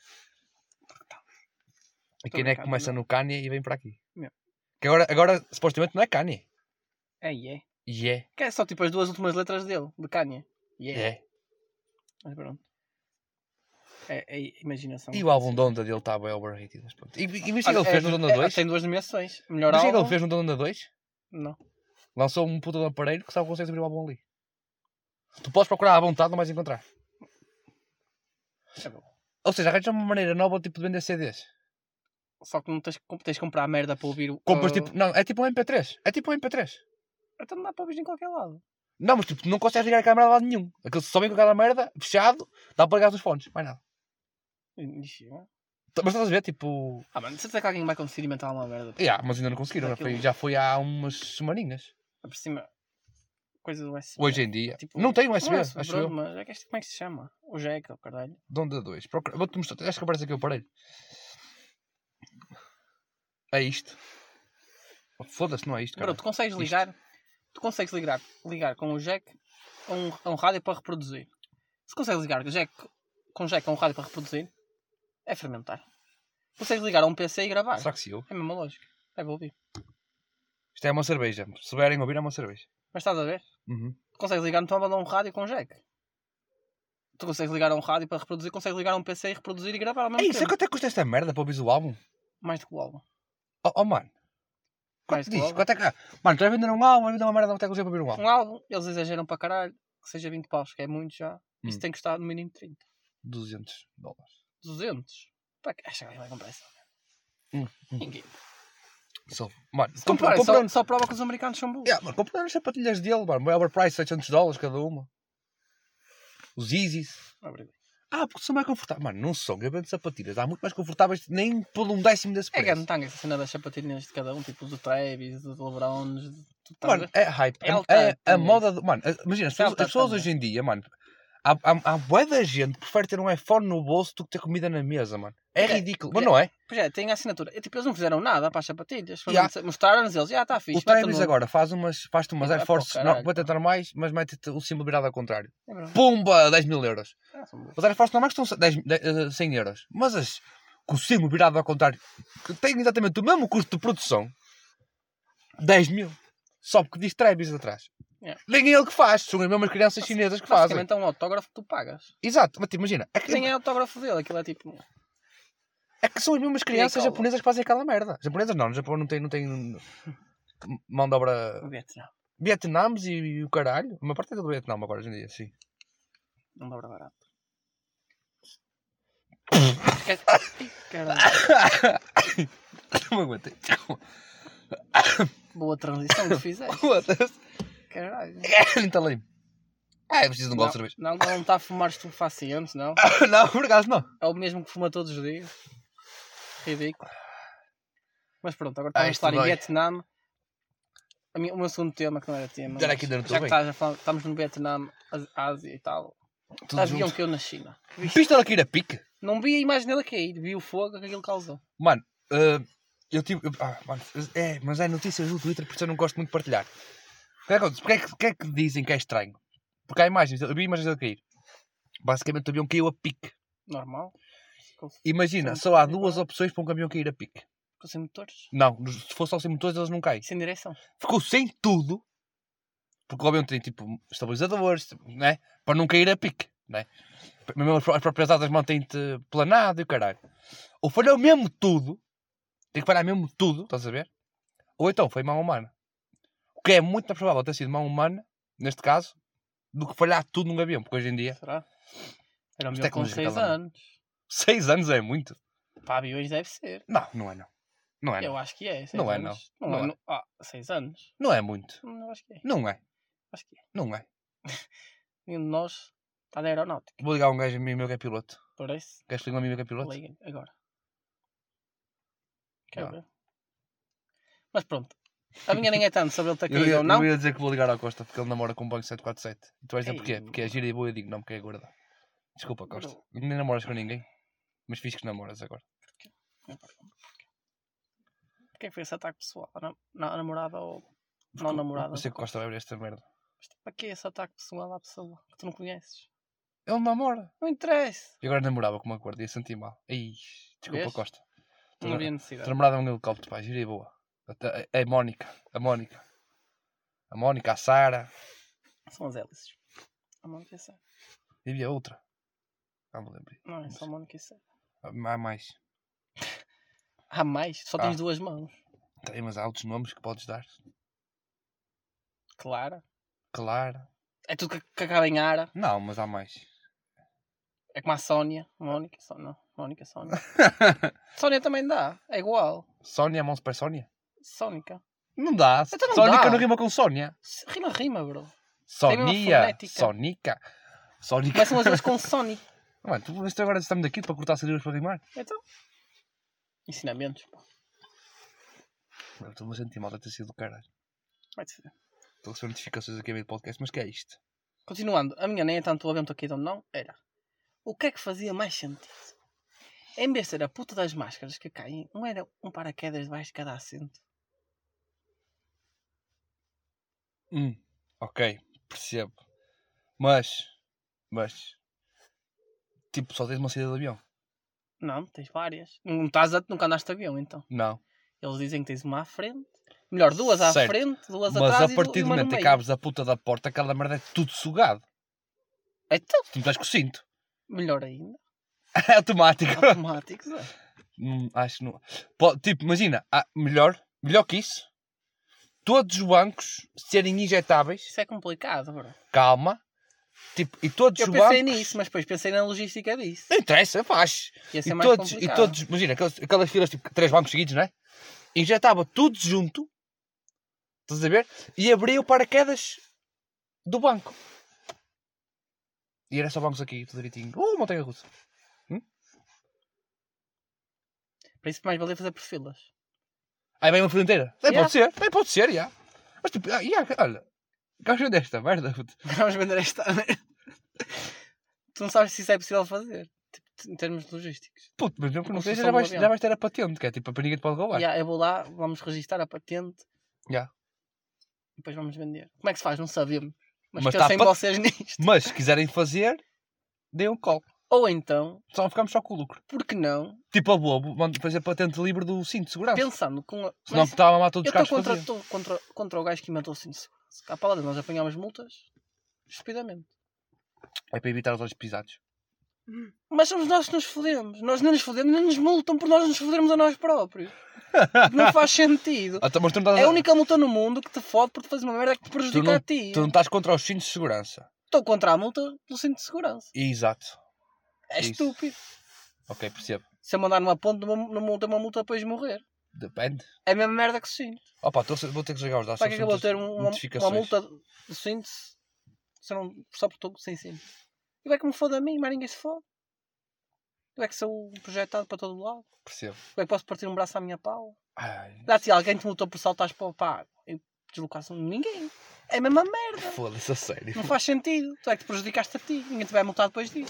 Speaker 2: E quem é que
Speaker 3: brincando,
Speaker 2: começa
Speaker 3: não.
Speaker 2: no Kanye e vem para aqui?
Speaker 3: Meu.
Speaker 2: Que agora, agora, supostamente, não é Kanye.
Speaker 3: É, é.
Speaker 2: E é.
Speaker 3: Que é só tipo as duas últimas letras dele, de Kanye. Yeah.
Speaker 2: É.
Speaker 3: Mas pronto. É, é imaginação.
Speaker 2: E o álbum Donda dele está bem overrated. Mas pronto. E, e viste o que
Speaker 3: Olha,
Speaker 2: ele fez
Speaker 3: é-
Speaker 2: no Donda
Speaker 3: é-
Speaker 2: dois?
Speaker 3: Tem duas nomeações. Melhor
Speaker 2: Viste o que
Speaker 3: álbum.
Speaker 2: ele fez no Donda dois?
Speaker 3: Não.
Speaker 2: Lançou um puta de aparelho que sabe que consegues abrir o álbum ali. Tu podes procurar à vontade, não vais encontrar.
Speaker 3: É bom.
Speaker 2: Ou seja, arranja uma maneira nova tipo, de vender C Ds.
Speaker 3: Só que não tens, que- tens que comprar merda para ouvir o.
Speaker 2: Compras
Speaker 3: uh,
Speaker 2: tipo. Não, é tipo um M P três. É tipo um M P três.
Speaker 3: Então não dá para ouvir em qualquer lado.
Speaker 2: Não, mas tipo, não consegues ligar a câmera a lado nenhum. Aquilo só vem com aquela merda, fechado, dá para ligar os fones, mais nada.
Speaker 3: Ixi, não é?
Speaker 2: Mas estás a ver, tipo.
Speaker 3: Ah, mano, certeza que alguém vai conseguir inventar uma merda.
Speaker 2: Yeah, mas ainda não conseguiram, já foi,
Speaker 3: Daquilo.
Speaker 2: já foi há umas semaninhas.
Speaker 3: Por cima, coisa do U S B.
Speaker 2: Hoje em dia.
Speaker 3: Tipo,
Speaker 2: não tem U S B,
Speaker 3: não é
Speaker 2: acho
Speaker 3: pronto,
Speaker 2: eu.
Speaker 3: Mas é que este, como é que se chama? O Jack, o caralho.
Speaker 2: Donda dois. Procura... Vou-te mostrar, acho que aparece aqui o aparelho. É isto. Foda-se, não é isto, cara.
Speaker 3: Bro, tu consegues ligar. Tu consegues ligar, ligar com o Jack a um, a um rádio para reproduzir. Se consegues ligar com o Jack, com o Jack a um rádio para reproduzir, é fermentar. Consegues ligar a um P C e gravar.
Speaker 2: Será que se eu?
Speaker 3: É a mesma lógica. É para ouvir.
Speaker 2: Isto é uma cerveja. Se souberem ouvir, é uma cerveja.
Speaker 3: Mas estás a ver?
Speaker 2: Uhum.
Speaker 3: Tu consegues ligar no telemóvel a um rádio com jack. Tu consegues ligar a um rádio para reproduzir, consegues ligar a um P C e reproduzir e gravar ao mesmo
Speaker 2: Ei, sei
Speaker 3: tempo.
Speaker 2: quanto é que custa esta merda para ouvir o álbum?
Speaker 3: Mais do que o álbum.
Speaker 2: Oh, oh mano.
Speaker 3: Mais
Speaker 2: Quanto
Speaker 3: do que o
Speaker 2: diz?
Speaker 3: álbum.
Speaker 2: Quanto é que... Mano, tu vais vender um álbum, vais vender uma merda, quanto é que custa para ouvir um álbum?
Speaker 3: Um álbum, eles exageram para caralho. Que seja vinte paus, que é muito já. Isso
Speaker 2: Hum.
Speaker 3: tem que custar no mínimo trinta.
Speaker 2: duzentos dólares.
Speaker 3: duzentos? Para que acha que alguém vai comprar isso?
Speaker 2: Hum, hum.
Speaker 3: Ninguém.
Speaker 2: Só, mano,
Speaker 3: Se comprar,
Speaker 2: compra-
Speaker 3: só,
Speaker 2: compra-
Speaker 3: só prova que os americanos são burros.
Speaker 2: Yeah, mano, comprando as sapatilhas dele, mano. O overprice seiscentos dólares cada uma. Os Yeezys.
Speaker 3: Obrigado.
Speaker 2: Ah, porque são mais confortáveis. Mano, não são. Eu vendo sapatilhas. Há muito mais confortáveis nem por um décimo desse
Speaker 3: É
Speaker 2: preço.
Speaker 3: grande tanga essa cena das sapatilhas de cada um, tipo do Travis, do LeBron, de tudo.
Speaker 2: Mano, é hype.
Speaker 3: É
Speaker 2: É,
Speaker 3: alta
Speaker 2: é a
Speaker 3: tendência.
Speaker 2: moda... Do... Mano, imagina, as
Speaker 3: É
Speaker 2: pessoas,
Speaker 3: alta
Speaker 2: as pessoas
Speaker 3: tendência.
Speaker 2: hoje em dia, mano... Há, há, há bué da gente que prefere ter um iPhone no bolso do que ter comida na mesa, mano. É
Speaker 3: Pois é,
Speaker 2: ridículo.
Speaker 3: pois
Speaker 2: Mas não é?
Speaker 3: Pois é, tem a assinatura. É, tipo, eles não fizeram nada para as sapatilhas.
Speaker 2: Yeah.
Speaker 3: Mostraram-nos eles, já está fixe.
Speaker 2: O Travis
Speaker 3: mete no-
Speaker 2: agora faz umas, faz-te umas
Speaker 3: É
Speaker 2: Air
Speaker 3: para o
Speaker 2: Force...
Speaker 3: caralho,
Speaker 2: Não, vou tentar mais, mas mete-te o símbolo virado ao contrário.
Speaker 3: É verdade.
Speaker 2: Pumba! dez mil euros.
Speaker 3: Ah, são burros.
Speaker 2: Os Air Force normais custam dez, eh, cem euros. Mas as com o símbolo virado ao contrário, que têm exatamente o mesmo custo de produção, dez mil. Só porque diz Travis atrás.
Speaker 3: Yeah.
Speaker 2: Nem é ele que faz, são as mesmas crianças chinesas que fazem.
Speaker 3: Basicamente é um autógrafo que tu pagas.
Speaker 2: Exato, mas te imagina, é que,
Speaker 3: Nem é autógrafo dele, aquilo é tipo.
Speaker 2: é que são as mesmas crianças
Speaker 3: cola.
Speaker 2: japonesas que fazem aquela merda. Japonesas não, no Japão não tem, não tem mão de obra.
Speaker 3: O Vietnã.
Speaker 2: Vietnãs e, e o caralho. Uma parte é do Vietnã agora hoje em dia, sim.
Speaker 3: Não dobra barato. Ih, caralho.
Speaker 2: Não aguentei.
Speaker 3: Boa transição que fizeste.
Speaker 2: Foda-se.
Speaker 3: Caralho.
Speaker 2: Entalei-me. Ah, eu preciso de um gol de cerveja.
Speaker 3: Não, não está a fumar estupefacientes, não.
Speaker 2: Não, por acaso não.
Speaker 3: É o mesmo que fuma todos os dias. Ridículo. Mas pronto, agora
Speaker 2: Ah,
Speaker 3: estamos a
Speaker 2: isto
Speaker 3: falar em
Speaker 2: dói.
Speaker 3: Vietnã. A minha- O meu segundo tema, que não era tema.
Speaker 2: Já
Speaker 3: mas
Speaker 2: aqui ainda não estou
Speaker 3: já que
Speaker 2: bem.
Speaker 3: estás a falar, estamos no Vietnã, Á- Ásia e tal.
Speaker 2: Tudo
Speaker 3: Avião
Speaker 2: junto.
Speaker 3: que eu na China.
Speaker 2: Viste ela cair a pique?
Speaker 3: Não vi a imagem dele a cair, vi o fogo que aquilo causou.
Speaker 2: Mano, eh, eu tive. eu- ah, mano, é, mas é notícias do Twitter, por isso eu não gosto muito de partilhar. O que é que acontece? Porque é que, porque é que dizem que é estranho? Porque há imagens, eu vi imagens dele cair. Basicamente o avião caiu a pique.
Speaker 3: Normal.
Speaker 2: Imagina,
Speaker 3: Sim,
Speaker 2: só há
Speaker 3: sim,
Speaker 2: duas
Speaker 3: sim.
Speaker 2: opções para um caminhão cair a pique.
Speaker 3: Ficou sem motores.
Speaker 2: Não, se fosse só sem motores eles não caem.
Speaker 3: Sem direção.
Speaker 2: Ficou sem tudo. Porque o avião tem tipo estabilizadores, né? Para não cair a pique, né? Mesmo as pró- as próprias asas mantêm-te planado e o caralho. Ou falhou mesmo tudo, tem que falhar mesmo tudo, estás a ver? Ou então foi mão humana. O que é muito mais provável ter sido mão humana, neste caso, do que falhar tudo num avião, porque hoje em dia,
Speaker 3: Será? Era um
Speaker 2: Mas
Speaker 3: avião com
Speaker 2: tecnologia
Speaker 3: seis
Speaker 2: cada um.
Speaker 3: anos.
Speaker 2: seis anos é muito.
Speaker 3: Para aviões deve ser.
Speaker 2: Não, não é não. Não é
Speaker 3: Eu
Speaker 2: não.
Speaker 3: acho que é. seis
Speaker 2: Não é,
Speaker 3: anos.
Speaker 2: não.
Speaker 3: Não,
Speaker 2: Não
Speaker 3: é.
Speaker 2: é.
Speaker 3: não- Ah, seis anos?
Speaker 2: Não é muito.
Speaker 3: Hum, Eu acho que é.
Speaker 2: Não é.
Speaker 3: Acho que é.
Speaker 2: Não é.
Speaker 3: Nenhum de nós está na aeronáutica.
Speaker 2: Vou ligar a um gajo amigo meu que é piloto.
Speaker 3: Por isso,
Speaker 2: Queres ligar um amigo meu que é piloto?
Speaker 3: liguem agora. Quero
Speaker 2: Não.
Speaker 3: ver. Mas pronto. A minha nem é tanto sobre ele ter
Speaker 2: Eu
Speaker 3: caído
Speaker 2: ia,
Speaker 3: ou não.
Speaker 2: eu ia dizer que vou ligar ao Costa porque ele namora com um Boeing sete quatro sete. E tu vais dizer
Speaker 3: Ei.
Speaker 2: porquê? Porque é gira e boa. Eu digo não, porque é gorda. Desculpa, Costa.
Speaker 3: Bro.
Speaker 2: Nem namoras com ninguém. Mas fiz que namoras agora.
Speaker 3: Não importa. Porquê que foi esse ataque pessoal? A, nam- na, a namorada ou não namorada?
Speaker 2: Eu sei que o Costa vai ver esta merda.
Speaker 3: Mas para que esse ataque pessoal à pessoa que tu não conheces?
Speaker 2: Ele namora.
Speaker 3: Não interessa.
Speaker 2: E agora namorava com uma gorda e eu senti mal. Ei, desculpa,
Speaker 3: Vês?
Speaker 2: Costa.
Speaker 3: Não havia
Speaker 2: A
Speaker 3: necessidade.
Speaker 2: namorada é um helicóptero, pá. Gira e boa. Até- É a Mónica. A Mónica. A Mónica, a Sara.
Speaker 3: São as hélices. A Mónica e a Sara.
Speaker 2: E havia outra. Não me lembro.
Speaker 3: Não, é só a Mónica e a Sara.
Speaker 2: Há mais.
Speaker 3: Há mais? Só tens
Speaker 2: Ah.
Speaker 3: duas mãos.
Speaker 2: Tem, mas há outros nomes que podes dar.
Speaker 3: Clara.
Speaker 2: Claro.
Speaker 3: É tudo que, que acaba em Ara.
Speaker 2: Não, mas há mais.
Speaker 3: É como a Sónia. Mónica, Só, não. Mónica, Sónia. Sónia também dá. É igual.
Speaker 2: Sónia, mãos para Sónia?
Speaker 3: Sónica.
Speaker 2: Não dá.
Speaker 3: Então não
Speaker 2: Sónica
Speaker 3: dá.
Speaker 2: não rima com Sónia.
Speaker 3: Rima, rima, bro. mesma
Speaker 2: Sonia.
Speaker 3: fonética.
Speaker 2: Sónica. Sónica.
Speaker 3: Começam as duas com Sonic.
Speaker 2: Mano, tu isto agora estamos aqui para cortar sílabas para rimar.
Speaker 3: Então. Ensinamentos. Pô.
Speaker 2: Mano, estou-me a sentir mal de ter sido do caralho.
Speaker 3: Vai-te ver.
Speaker 2: Estou a receber notificações aqui a meio do podcast, mas que é isto?
Speaker 3: Continuando. A minha nem é tanto o avião aqui ou não. Era. O que é que fazia mais sentido? Em vez de ser a puta das máscaras que caem, não era um paraquedas debaixo de cada assento?
Speaker 2: Hum, ok, percebo. Mas, mas, tipo, só tens uma saída de avião?
Speaker 3: Não, tens várias. Não estás a... Nunca andaste de avião, então.
Speaker 2: Não.
Speaker 3: Eles dizem que tens uma à frente, Melhor, duas à
Speaker 2: Certo.
Speaker 3: frente, duas
Speaker 2: Mas
Speaker 3: atrás
Speaker 2: a partir
Speaker 3: e
Speaker 2: do
Speaker 3: du- uma no
Speaker 2: momento em
Speaker 3: meio.
Speaker 2: que abres a puta da porta, aquela merda é tudo sugado.
Speaker 3: Então,
Speaker 2: Tu não estás com o cinto.
Speaker 3: melhor ainda.
Speaker 2: É automático.
Speaker 3: Automático, Zé.
Speaker 2: Hum, acho que não. Pô, tipo, imagina, ah, melhor, melhor que isso, todos os bancos serem injetáveis,
Speaker 3: Isso é complicado, bro.
Speaker 2: calma, tipo, e todos
Speaker 3: Eu
Speaker 2: os
Speaker 3: pensei
Speaker 2: bancos.
Speaker 3: nisso, mas depois pensei na logística disso.
Speaker 2: Não interessa, faz.
Speaker 3: Ia ser
Speaker 2: E
Speaker 3: mais
Speaker 2: todos, e
Speaker 3: complicado.
Speaker 2: todos, imagina, aquelas, aquelas filas, tipo, três bancos seguidos, não é? Injetava tudo junto, estás a ver? E abria o paraquedas do banco. E era só bancos aqui, tudo direitinho. Uh, montanha russa.
Speaker 3: Para isso mais valia fazer por filas.
Speaker 2: Aí vem uma fila inteira. Bem,
Speaker 3: Yeah.
Speaker 2: pode ser, bem, pode ser, já. Mas tipo, ah, yeah, olha, gajo desta merda. puto.
Speaker 3: Vamos vender esta. Tu não sabes se isso é possível fazer. Tipo, em termos logísticos.
Speaker 2: Puto, mas mesmo que não seja,
Speaker 3: Construção
Speaker 2: já
Speaker 3: de um
Speaker 2: vais,
Speaker 3: avião.
Speaker 2: já vais ter a patente, que é tipo, para ninguém te pode roubar.
Speaker 3: Yeah, eu vou lá, vamos registrar a patente.
Speaker 2: Yeah.
Speaker 3: E depois vamos vender. Como é que se faz? Não sabemos. Mas,
Speaker 2: Mas
Speaker 3: pensem
Speaker 2: tá pa-
Speaker 3: vocês nisto.
Speaker 2: Mas se quiserem fazer, deem um call.
Speaker 3: Ou então,
Speaker 2: Só ficamos só com o lucro.
Speaker 3: por que não?
Speaker 2: Tipo a Bobo, manda fazer patente livre do cinto de segurança.
Speaker 3: Pensando com a...
Speaker 2: Senão
Speaker 3: Mas
Speaker 2: estava a mamar todos
Speaker 3: eu
Speaker 2: os carros
Speaker 3: estou
Speaker 2: que
Speaker 3: contra,
Speaker 2: fazia.
Speaker 3: tô contra, contra o gajo que inventou o cinto de segurança. Cá para lá, nós apanhámos multas estupidamente.
Speaker 2: É para evitar os olhos pisados.
Speaker 3: Mas somos nós que nos fodemos. Nós não nos fodemos, nem nos multam por nós nos fodermos a nós próprios. Não faz sentido.
Speaker 2: Ah, então, mas tu não estás
Speaker 3: É a única multa no mundo que te fode por te fazer uma merda que te
Speaker 2: tu
Speaker 3: prejudica
Speaker 2: não,
Speaker 3: a ti.
Speaker 2: tu não estás contra os cintos de segurança.
Speaker 3: Estou contra a multa do cinto de segurança.
Speaker 2: Exato.
Speaker 3: É
Speaker 2: Isso.
Speaker 3: estúpido.
Speaker 2: Ok, percebo.
Speaker 3: Se eu mandar numa ponte, não vou ter uma multa depois de morrer.
Speaker 2: Depende.
Speaker 3: É a mesma merda que o cinto.
Speaker 2: Opa, tô, vou ter que jogar os dados.
Speaker 3: Para que é que eu vou ter uma, uma
Speaker 2: notificações.
Speaker 3: multa do cinto se eu não, só porque estou sem cinto? E vai que me foda a mim, mas ninguém se fode. Eu é que sou projetado para todo lado.
Speaker 2: Percebo.
Speaker 3: Eu é que posso partir um braço à minha pau.
Speaker 2: Ai,
Speaker 3: Dá-te alguém te multou por saltares para para a água e deslocaste ninguém. É a mesma merda.
Speaker 2: foda-se, a sério.
Speaker 3: Não faz sentido. Tu é que te prejudicaste a ti. Ninguém te vai multar depois disso.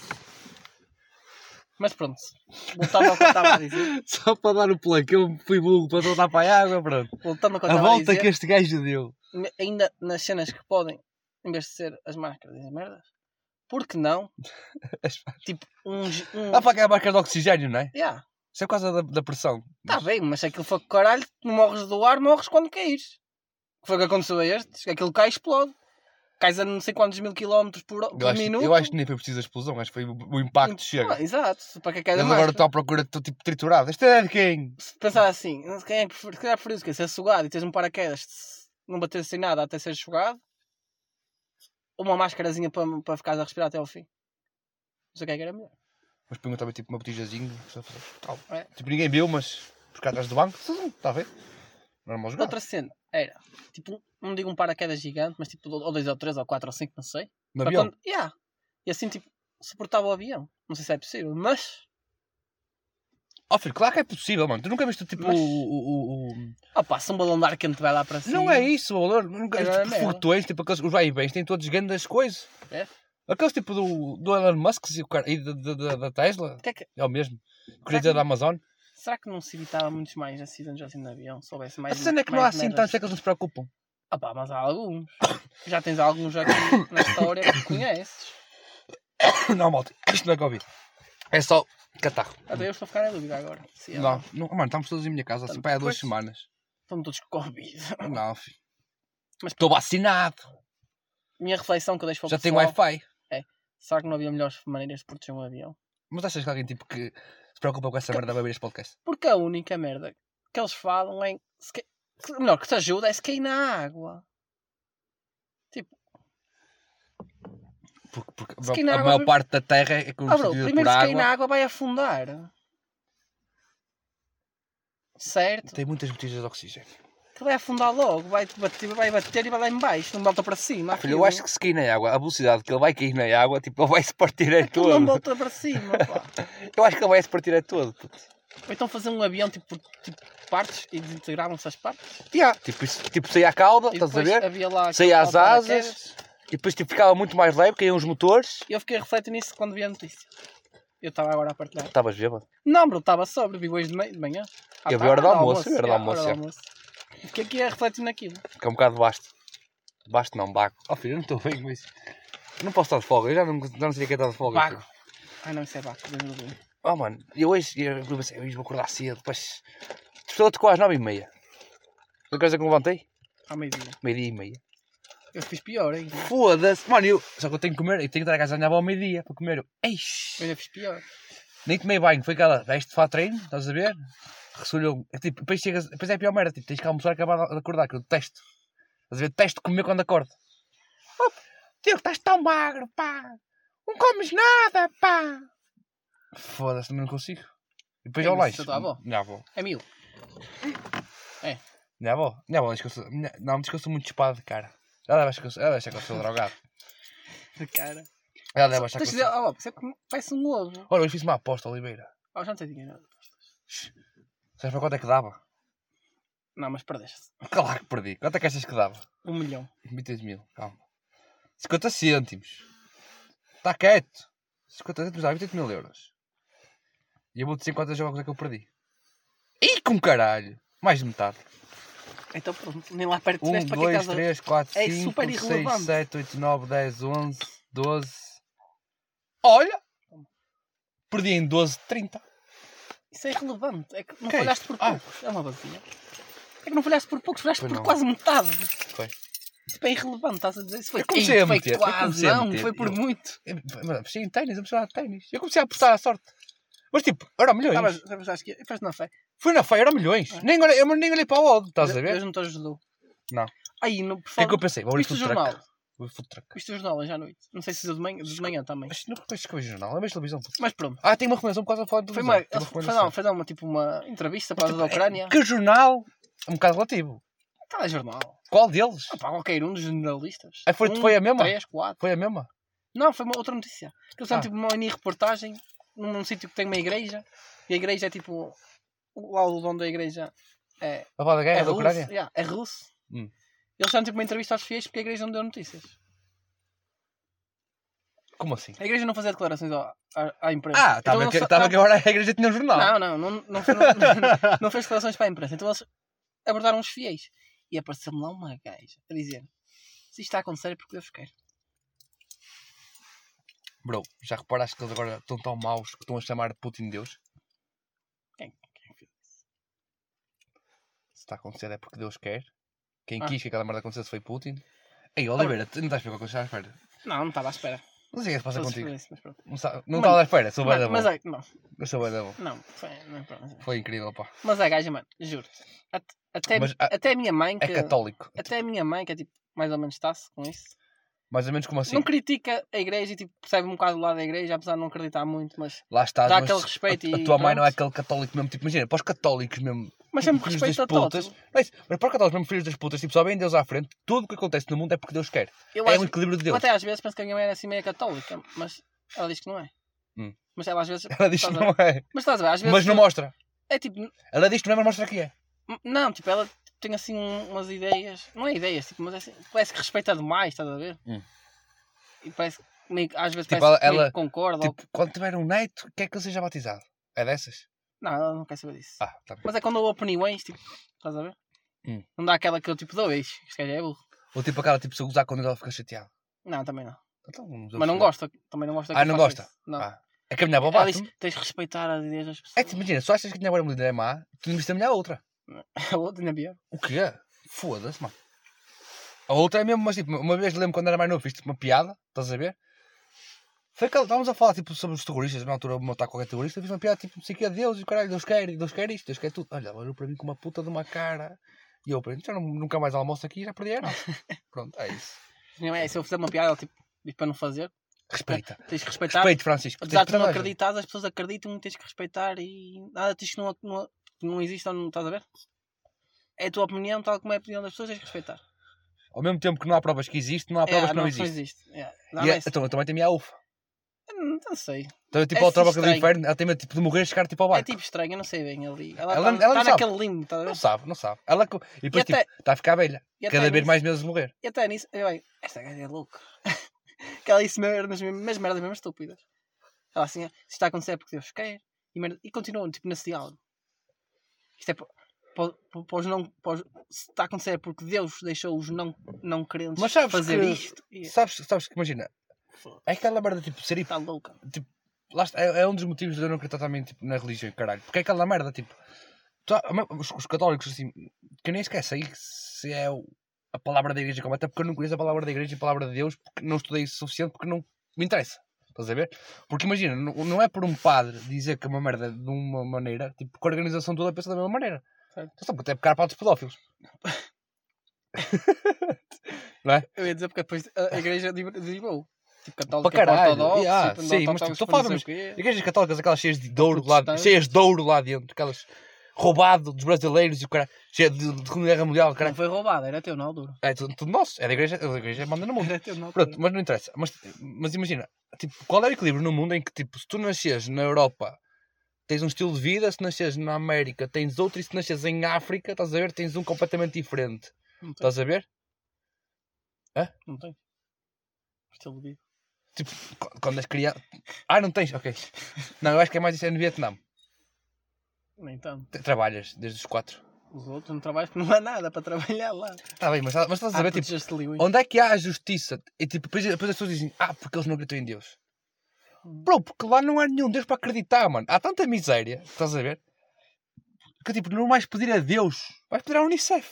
Speaker 3: Mas pronto. Voltando ao que eu estava a dizer.
Speaker 2: Só para dar o play, que eu fui burro para voltar para a água, pronto.
Speaker 3: Voltando ao que eu
Speaker 2: A
Speaker 3: estava a
Speaker 2: volta
Speaker 3: dizer.
Speaker 2: que este gajo deu.
Speaker 3: Ainda nas cenas que podem, em vez de ser as máscaras e as merdas, por que não? Tipo, um... um...
Speaker 2: Ah, para que é a marca de oxigênio, não é?
Speaker 3: Yeah.
Speaker 2: Isso é por causa da, da pressão.
Speaker 3: Está bem, mas se aquilo for com caralho, não morres do ar, morres quando caís. O que foi que aconteceu a estes? Aquilo cai e explode. Cais a não sei quantos mil quilómetros por,
Speaker 2: Eu
Speaker 3: por
Speaker 2: acho,
Speaker 3: minuto.
Speaker 2: eu acho que nem foi preciso a explosão, acho que foi o, o impacto que chega.
Speaker 3: Ah, exato. Para que é que é da
Speaker 2: Eles agora
Speaker 3: máscara?
Speaker 2: estão à procura, estou tipo triturado. Este é de quem?
Speaker 3: Se pensar assim, quem é que prefer- se calhar preferiu o quê? Ser sugado e teres um paraquedas, se não bater sem nada até seres sugado? Ou uma máscarazinha para, para ficares a respirar até ao fim? Não sei o que é que era melhor.
Speaker 2: Mas põe também tipo uma botijazinha. só fazer tal.
Speaker 3: É.
Speaker 2: Tipo ninguém viu, mas por cá atrás do banco, está a ver? Normal jogar.
Speaker 3: Outra cena era, tipo, não digo um paraquedas gigante, mas tipo, ou dois ou três ou quatro ou cinco, não sei.
Speaker 2: No
Speaker 3: Para
Speaker 2: avião.
Speaker 3: quando- Yeah. E assim, tipo, suportava o avião. Não sei se é possível, mas...
Speaker 2: Oh filho, claro que é possível, mano. Tu nunca viste tipo
Speaker 3: Mas-
Speaker 2: o, o, o, o-
Speaker 3: Opa, se um balão de ar quente vai lá para cima...
Speaker 2: Não é isso, valor. Nunca
Speaker 3: Era
Speaker 2: viste tipo,
Speaker 3: merda.
Speaker 2: foguetões, tipo aqueles, os vai e bens, têm todos grandes coisas.
Speaker 3: É?
Speaker 2: Aqueles tipo do, do Elon Musk e, o cara, e da, da, da- da Tesla.
Speaker 3: Até que-
Speaker 2: É o mesmo.
Speaker 3: Será
Speaker 2: Queria
Speaker 3: que
Speaker 2: dizer
Speaker 3: não-
Speaker 2: da Amazon.
Speaker 3: Será que não se evitava muitos mais acidentes assim no avião? Se houvesse mais...
Speaker 2: A cena é que não há
Speaker 3: mais
Speaker 2: assim
Speaker 3: merdas?
Speaker 2: tantos, é que eles não se preocupam.
Speaker 3: Ah pá, mas há alguns. Já tens alguns aqui na história que conheces.
Speaker 2: Não, malta, isto não é Covid. É só catarro.
Speaker 3: Até eu estou a ficar na dúvida agora. Se é-
Speaker 2: Não, não, mano, estamos todos em minha casa assim,
Speaker 3: Estamos
Speaker 2: pá, há duas
Speaker 3: depois.
Speaker 2: semanas.
Speaker 3: Estão todos com Covid.
Speaker 2: Não, filho.
Speaker 3: Mas
Speaker 2: Estou vacinado.
Speaker 3: minha reflexão que eu deixo para o
Speaker 2: Já tenho
Speaker 3: pessoal,
Speaker 2: Wi-Fi.
Speaker 3: será que não havia melhores maneiras de proteger um avião?
Speaker 2: Mas achas que alguém tipo que se preocupa com essa merda vai ver este podcast?
Speaker 3: Porque a única merda que eles falam é... Se ca- que- melhor, que te ajuda é se cair na água. Tipo,
Speaker 2: Porque, porque
Speaker 3: Se
Speaker 2: a,
Speaker 3: cair na
Speaker 2: a
Speaker 3: água,
Speaker 2: maior
Speaker 3: bro-
Speaker 2: parte da Terra é
Speaker 3: ah, bro,
Speaker 2: constituída
Speaker 3: primeiro
Speaker 2: por
Speaker 3: se cair na
Speaker 2: água.
Speaker 3: água vai afundar. Certo?
Speaker 2: Tem muitas botijas de oxigênio.
Speaker 3: Que vai afundar logo. Vai bater, vai bater e vai lá em baixo. Não volta para cima.
Speaker 2: Filho, eu acho que se cair na água, a velocidade que ele vai cair na água, tipo, ele vai se partir é
Speaker 3: Aquilo não
Speaker 2: todo.
Speaker 3: volta para cima, pá.
Speaker 2: Eu acho que ele vai se partir é todo. puto.
Speaker 3: Ou então fazer um avião tipo, por- tipo partes e desintegravam-se as partes.
Speaker 2: Yeah. Tipo, isso, tipo, saía a cauda,
Speaker 3: E
Speaker 2: estás a
Speaker 3: depois
Speaker 2: ver?
Speaker 3: havia lá
Speaker 2: Saía
Speaker 3: aquele
Speaker 2: as
Speaker 3: tal
Speaker 2: asas,
Speaker 3: paraquedas.
Speaker 2: e depois tipo, ficava muito mais leve, caíam os motores.
Speaker 3: E eu fiquei a refletir nisso quando vi a notícia. Eu estava agora a partilhar.
Speaker 2: Estavas bêbado.
Speaker 3: Não, bro, estava sobre. Vi hoje de me- de manhã. À
Speaker 2: Eu vi
Speaker 3: tarde,
Speaker 2: a hora do
Speaker 3: à
Speaker 2: almoço, eu vi a hora do
Speaker 3: yeah,
Speaker 2: almoço,
Speaker 3: hora
Speaker 2: é.
Speaker 3: do almoço. E fiquei aqui a refletir naquilo.
Speaker 2: Que é um bocado basto. Basto não, bago. Oh filho, eu não estou bem com isso. Eu não posso estar de folga, eu já não, já não sei o que é estar de folga.
Speaker 3: Bago.
Speaker 2: filho.
Speaker 3: Ai não, isso é bago. Deus me livre.
Speaker 2: Oh mano, eu hoje, eu, eu pensei, eu hoje vou acordar cedo, depois... Estou-te quase às nove e meia. Não queres dizer que me levantei?
Speaker 3: À meio-dia.
Speaker 2: Meio-dia e meia.
Speaker 3: Eu fiz pior ainda.
Speaker 2: Foda-se. Mano, eu... Só que eu tenho que comer. Eu tenho que estar a casa da minha avó ao meio-dia para comer. Eu... Eish.
Speaker 3: Eu ainda fiz pior.
Speaker 2: Nem tomei banho. Foi aquela... Veste de fato treino. Estás a ver? Ressolhou. É tipo... Depois, chegas... Depois é a pior merda. Tipo, tens que almoçar e acabar de acordar. Que eu detesto. Estás a ver? Detesto comer quando acordo. Oh, Tio, estás tão magro, pá. Não comes nada, pá. Foda-se, também não consigo. E depois
Speaker 3: Quem
Speaker 2: ao lanche.
Speaker 3: disse? A tua avó?
Speaker 2: Minha avó.
Speaker 3: É mil. É.
Speaker 2: Minha avó? Minha avó diz que eu sou... Minha... Não, diz que eu sou muito chupado de cara. Ela deve achar que eu sou, ela deve achar que eu sou drogado.
Speaker 3: De cara.
Speaker 2: Ela deve achar que eu
Speaker 3: Tens de dizer,
Speaker 2: sou...
Speaker 3: ó, você parece um ovo.
Speaker 2: Olha, eu fiz uma aposta, Oliveira.
Speaker 3: Oh, já não sei dinheiro.
Speaker 2: Sabes para quanto é que dava?
Speaker 3: Não, mas perdeste.
Speaker 2: Claro que perdi. Quanto é que achas que dava?
Speaker 3: Um milhão.
Speaker 2: vinte mil, calma. cinquenta cêntimos. Está quieto. cinquenta cêntimos dá vinte mil euros. E eu vou dizer quantos jogos é que eu perdi. Ih, com caralho. Mais de metade.
Speaker 3: Então pronto, nem lá perto
Speaker 2: um,
Speaker 3: tiveste para que
Speaker 2: dois,
Speaker 3: casa.
Speaker 2: três, quatro,
Speaker 3: É
Speaker 2: cinco,
Speaker 3: super
Speaker 2: seis,
Speaker 3: irrelevante.
Speaker 2: sete, oito, nove, dez, onze, doze. Olha! Perdi em doze, trinta.
Speaker 3: Isso é irrelevante. É que não
Speaker 2: Que é
Speaker 3: falhaste
Speaker 2: isto?
Speaker 3: por
Speaker 2: Ah.
Speaker 3: poucos. É uma vazia. É que não falhaste por poucos, falhaste
Speaker 2: Pois
Speaker 3: por
Speaker 2: não.
Speaker 3: quase metade.
Speaker 2: Foi.
Speaker 3: Tipo, é irrelevante, estás a dizer? Isso foi,
Speaker 2: Eu comecei
Speaker 3: Ei,
Speaker 2: a
Speaker 3: foi
Speaker 2: meter, eu
Speaker 3: quase,
Speaker 2: comecei a
Speaker 3: não,
Speaker 2: meter,
Speaker 3: foi por
Speaker 2: eu-
Speaker 3: muito.
Speaker 2: Eu- Mas apostei em ténis, eu precisava de ténis. Eu comecei a apostar à sorte. Mas tipo, era milhões.
Speaker 3: Ah, mas, mas acho que faz na fé.
Speaker 2: Fui na feira, era milhões.
Speaker 3: Ah.
Speaker 2: Nem olhei, eu nem olhei para o odd, estás a
Speaker 3: Deus
Speaker 2: ver?
Speaker 3: não te ajudou.
Speaker 2: Não.
Speaker 3: Aí, no, por
Speaker 2: O que é
Speaker 3: favor,
Speaker 2: que eu pensei? Vou abrir
Speaker 3: viste o
Speaker 2: food
Speaker 3: jornal?
Speaker 2: truck. Vou abrir food truck.
Speaker 3: Viste o jornal hoje à noite? Não sei se de manhã, de manhã também.
Speaker 2: Mas não reconheces que eu vejo jornal, é mesmo televisão. puto.
Speaker 3: Mas pronto.
Speaker 2: Ah, tem uma recomendação por causa de falar de
Speaker 3: Foi
Speaker 2: televisão.
Speaker 3: uma,
Speaker 2: Tem uma
Speaker 3: foi,
Speaker 2: recomendação.
Speaker 3: não, foi dar uma, tipo, uma entrevista para a
Speaker 2: Tipo,
Speaker 3: da Ucrânia.
Speaker 2: é, que jornal é um bocado relativo.
Speaker 3: Telejornal.
Speaker 2: Qual deles?
Speaker 3: Ah, pá, qualquer um dos jornalistas.
Speaker 2: Ah, foi-
Speaker 3: um,
Speaker 2: foi a mesma?
Speaker 3: Três, quatro.
Speaker 2: Foi a mesma?
Speaker 3: Não, foi uma outra notícia. Eles fizeram
Speaker 2: Ah.
Speaker 3: tipo uma mini reportagem num, num sítio que tem uma igreja. E a igreja é tipo. Lá o dono da igreja é,
Speaker 2: A falar da guerra
Speaker 3: é
Speaker 2: da
Speaker 3: russo.
Speaker 2: Ucrânia?
Speaker 3: Yeah, é russo.
Speaker 2: Hum.
Speaker 3: Eles fizeram tipo uma entrevista aos fiéis porque a igreja não deu notícias.
Speaker 2: Como assim?
Speaker 3: A igreja não fazia declarações à, à, à imprensa.
Speaker 2: Ah,
Speaker 3: Então
Speaker 2: estava
Speaker 3: eles
Speaker 2: que,
Speaker 3: só-
Speaker 2: tava
Speaker 3: não,
Speaker 2: que agora a igreja tinha um jornal.
Speaker 3: Não, não, não, não, foi- não, não fez declarações para a imprensa. Então eles abordaram os fiéis. E apareceu-me lá uma gaja a dizer: se isto está a acontecer é porque Deus quer.
Speaker 2: Bro, já reparaste que eles agora estão tão maus que estão a chamar Putin de Deus?
Speaker 3: Quem? Quem fez?
Speaker 2: Se está a acontecer é porque Deus quer. Quem
Speaker 3: Ah.
Speaker 2: quis que aquela merda acontecesse foi Putin. Ei, Oliveira, tu não estás a ver o que eu estava à espera?
Speaker 3: Não, não estava à espera.
Speaker 2: Não sei o que é que se passa
Speaker 3: Só se
Speaker 2: contigo.
Speaker 3: fez isso, mas pronto.
Speaker 2: Não sa- não
Speaker 3: Mano,
Speaker 2: estava à espera, sou bem da
Speaker 3: Mas,
Speaker 2: bom.
Speaker 3: mas é, não,
Speaker 2: Eu sou bem da bom.
Speaker 3: não, foi, não é pronto.
Speaker 2: Foi incrível, pá.
Speaker 3: Mas a gaja, mano, juro-te. At- Até,
Speaker 2: Mas a-
Speaker 3: até a minha mãe,
Speaker 2: É
Speaker 3: que,
Speaker 2: católico.
Speaker 3: até a minha mãe, que é tipo, mais ou menos está-se com isso,
Speaker 2: Mais ou menos como assim?
Speaker 3: não critica a igreja e tipo, percebe um bocado o lado da igreja, apesar de não acreditar muito, mas,
Speaker 2: Lá está,
Speaker 3: dá
Speaker 2: mas
Speaker 3: aquele respeito
Speaker 2: a, a
Speaker 3: e
Speaker 2: tua mãe não é
Speaker 3: pronto.
Speaker 2: aquele católico mesmo, tipo, imagina, para os católicos mesmo,
Speaker 3: mas sempre
Speaker 2: filhos
Speaker 3: respeito a
Speaker 2: das putas,
Speaker 3: todos.
Speaker 2: não é isso, mas para os católicos mesmo, filhos das putas, tipo, só vem Deus à frente, tudo o que acontece no mundo é porque Deus quer.
Speaker 3: Eu,
Speaker 2: É
Speaker 3: acho,
Speaker 2: um equilíbrio de
Speaker 3: eu
Speaker 2: Deus.
Speaker 3: até às vezes penso que a minha mãe era assim meio católica, mas ela diz que não é.
Speaker 2: Hum.
Speaker 3: Mas ela às vezes.
Speaker 2: Ela diz que
Speaker 3: estás a
Speaker 2: não
Speaker 3: ver?
Speaker 2: é,
Speaker 3: Mas estás a ver, às vezes.
Speaker 2: mas não mostra.
Speaker 3: É tipo.
Speaker 2: Ela diz que não é, mas mostra que é.
Speaker 3: Não, tipo, ela tem assim um- umas ideias. Não é ideias, tipo, mas é assim, parece que respeita demais, estás a ver?
Speaker 2: Hum.
Speaker 3: E parece que meio, que- às vezes
Speaker 2: Tipo,
Speaker 3: parece que
Speaker 2: ela-
Speaker 3: meio
Speaker 2: ela-
Speaker 3: que concorda. ou-
Speaker 2: Tipo, quando tiver um neto, quer que ele seja batizado. É dessas?
Speaker 3: Não, ela não quer saber disso.
Speaker 2: Ah, tá bem.
Speaker 3: Mas é quando dou opiniões, tipo, estás a ver?
Speaker 2: Hum.
Speaker 3: Não dá aquela que eu tipo dou, isto este gajo é burro.
Speaker 2: Ou tipo aquela, tipo, se eu usar quando ela fica chateada.
Speaker 3: Não, também não.
Speaker 2: Então,
Speaker 3: Mas não
Speaker 2: gosto.
Speaker 3: gosta, também não gosta que
Speaker 2: Ah,
Speaker 3: eu
Speaker 2: não
Speaker 3: faça
Speaker 2: gosta?
Speaker 3: isso. Não.
Speaker 2: Ah. É que a minha avó
Speaker 3: Ela
Speaker 2: bate.
Speaker 3: diz, tens de respeitar as ideias das
Speaker 2: É
Speaker 3: pessoas.
Speaker 2: que imagina, se tu achas que a minha avó é uma líder é má, tu não viste a minha outra.
Speaker 3: A outra ainda é pior.
Speaker 2: O quê? Foda-se, mano. A outra é mesmo, mas tipo, uma vez lembro quando era mais novo, fiz tipo uma piada, estás a ver? Foi que estávamos a falar tipo, sobre os terroristas, na altura de matar qualquer terrorista, fiz uma piada tipo, não sei o que é Deus, e o caralho, Deus quer, Deus quer isto, Deus quer tudo. Olha, ela olhou para mim com uma puta de uma cara. E eu, para mim, já não- nunca mais almoço aqui, já perdi a nossa. Pronto, é isso.
Speaker 3: Minha mãe, se eu fizer uma piada, ela tipo, diz para não fazer.
Speaker 2: Respeita.
Speaker 3: Tens que respeitar.
Speaker 2: Respeito, Francisco.
Speaker 3: Apesar de tu não
Speaker 2: Tens que respeitar.
Speaker 3: acreditares, as pessoas acreditam e tens que respeitar e nada diz que não, não, não existe ou não estás a ver? É a tua opinião, tal como é a opinião das pessoas, tens que respeitar.
Speaker 2: Ao mesmo tempo que não há provas que existe, não há provas
Speaker 3: É,
Speaker 2: que não,
Speaker 3: não
Speaker 2: existe.
Speaker 3: existe. É,
Speaker 2: E
Speaker 3: não,
Speaker 2: é,
Speaker 3: é,
Speaker 2: então, eu também tenho a minha ufa.
Speaker 3: não, não sei.
Speaker 2: Então, tipo,
Speaker 3: É
Speaker 2: a tropa
Speaker 3: assim
Speaker 2: do
Speaker 3: estranho.
Speaker 2: inferno, ela tem medo tipo, de morrer e chegar tipo ao
Speaker 3: É
Speaker 2: barco.
Speaker 3: tipo estranho, eu não sei bem ali. Ela
Speaker 2: Ela-
Speaker 3: está
Speaker 2: ela não
Speaker 3: tá
Speaker 2: sabe.
Speaker 3: naquele limbo, estás a ver?
Speaker 2: Não sabe, não sabe. Ela, co- e depois,
Speaker 3: E até-
Speaker 2: tipo, está a ficar velha.
Speaker 3: E até
Speaker 2: Cada vez
Speaker 3: nisso-
Speaker 2: mais meses de morrer.
Speaker 3: E até nisso, eu, bem, esta gaja é louca. Que ela disse merdas, mesmo merdas mesmo estúpidas. Ela assim, se está a acontecer é porque Deus quer. E, merda, e continuam, tipo, nesse diálogo. Isto é para, para, para os não. Para os, se está a acontecer é porque Deus deixou os não, não crentes
Speaker 2: Mas sabes
Speaker 3: fazer
Speaker 2: que-
Speaker 3: isto. E,
Speaker 2: Sabes, sabes que, imagina, é aquela merda, tipo, ser hip-
Speaker 3: está louca.
Speaker 2: lá está, é, é um dos motivos de eu não acreditar também tipo, na religião, caralho. Porque é aquela merda, tipo, tá, os, os católicos, assim, que eu nem sequer sei se é o, a palavra da igreja completa, porque eu não conheço a palavra da igreja e a palavra de Deus, porque não estudei isso suficiente, porque não me interessa. Estás a ver? Porque imagina, não, não é por um padre dizer que é uma merda de uma maneira, tipo, que a organização toda pensa da mesma maneira.
Speaker 3: Certo.
Speaker 2: Então, até pecar para outros pedófilos. Não é?
Speaker 3: Eu ia dizer porque depois a a igreja derivou. Tipo, católica
Speaker 2: Para
Speaker 3: para
Speaker 2: caralho.
Speaker 3: ortodoxo,
Speaker 2: Yeah,
Speaker 3: tipo,
Speaker 2: sim, mas tipo,
Speaker 3: ortodoxo
Speaker 2: estou a
Speaker 3: para
Speaker 2: falar
Speaker 3: não
Speaker 2: mas
Speaker 3: sei o quê.
Speaker 2: igrejas católicas, aquelas cheias de ouro lá,
Speaker 3: Protestantes.
Speaker 2: cheias de ouro lá dentro, aquelas roubado dos brasileiros e o cara, cheias de, de Segunda Guerra Mundial, cara.
Speaker 3: Não foi roubado, era teu na altura.
Speaker 2: É tudo, tudo nosso, é da igreja, é da igreja manda no mundo.
Speaker 3: Era teu na altura.
Speaker 2: Pronto, mas não interessa. Mas, mas imagina, tipo, qual é o equilíbrio no mundo em que, tipo, se tu nasces na Europa tens um estilo de vida, se nasces na América tens outro, e se nasces em África, estás a ver, tens um completamente diferente.
Speaker 3: Não tem.
Speaker 2: Estás a ver?
Speaker 3: Não tem. Estilo de vida.
Speaker 2: Tipo, qu- quando és criança... Ah, não tens? Ok. Não, eu acho que é mais isso é no Vietnã.
Speaker 3: Nem tanto.
Speaker 2: Te- Trabalhas desde os quatro.
Speaker 3: Os outros não trabalham porque não há nada para trabalhar lá.
Speaker 2: Está bem, mas, mas estás a
Speaker 3: Há
Speaker 2: ver, tipo,
Speaker 3: proteger-se ali, ui.
Speaker 2: onde é que há a justiça? E tipo, depois, depois as pessoas dizem, ah, porque eles não acreditam em Deus. Bro, porque lá não há nenhum Deus para acreditar, mano. Há tanta miséria, estás a ver? Que tipo, não vais pedir a Deus, vais pedir à Unicef.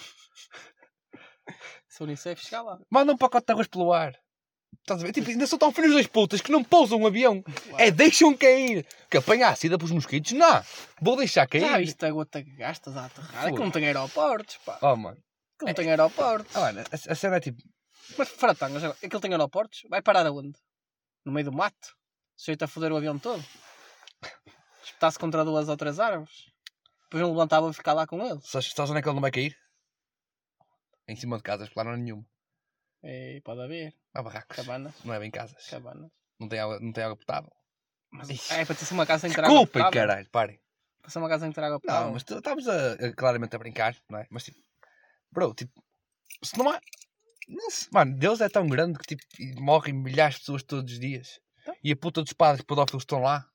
Speaker 3: Se a Unicef chegar lá.
Speaker 2: Manda um pacote de arroz pelo ar. Estás a ver? Tipo, ainda são tão finos dois putas que não pousam um avião. É, deixam cair. Que apanha a sida para os mosquitos? Não. Vou deixar cair.
Speaker 3: Já viste a gota que gastas a aterrar? É que não tem aeroportos, pá.
Speaker 2: Oh, mano.
Speaker 3: Que não tem aeroportos.
Speaker 2: Ah, mano, a, a cena é tipo...
Speaker 3: Mas fratangas, aquele tem aeroportos? Vai parar aonde? No meio do mato? Sujeito a foder o avião todo? Espetasse contra duas ou três árvores? Depois não levantava a ficar lá com eles?
Speaker 2: Sabes, sabes onde é que ele não vai cair? Em cima de casas, porque lá não há nenhuma.
Speaker 3: É, pode haver.
Speaker 2: Há barracos.
Speaker 3: Cabanas.
Speaker 2: Não é bem casas.
Speaker 3: Cabanas.
Speaker 2: Não tem água, não tem água potável.
Speaker 3: Mas
Speaker 2: Ixi.
Speaker 3: é para ter uma casa em que ter água
Speaker 2: Desculpem,
Speaker 3: potável.
Speaker 2: caralho, parem.
Speaker 3: Para ser uma casa em que ter água potável.
Speaker 2: Não, mas tu- estamos a, a- claramente a brincar, não é? Mas tipo, bro, tipo, se não há. Não se- mano, Deus é tão grande que tipo, e morrem milhares de pessoas todos os dias.
Speaker 3: Então?
Speaker 2: E a puta dos padres pedófilos estão lá.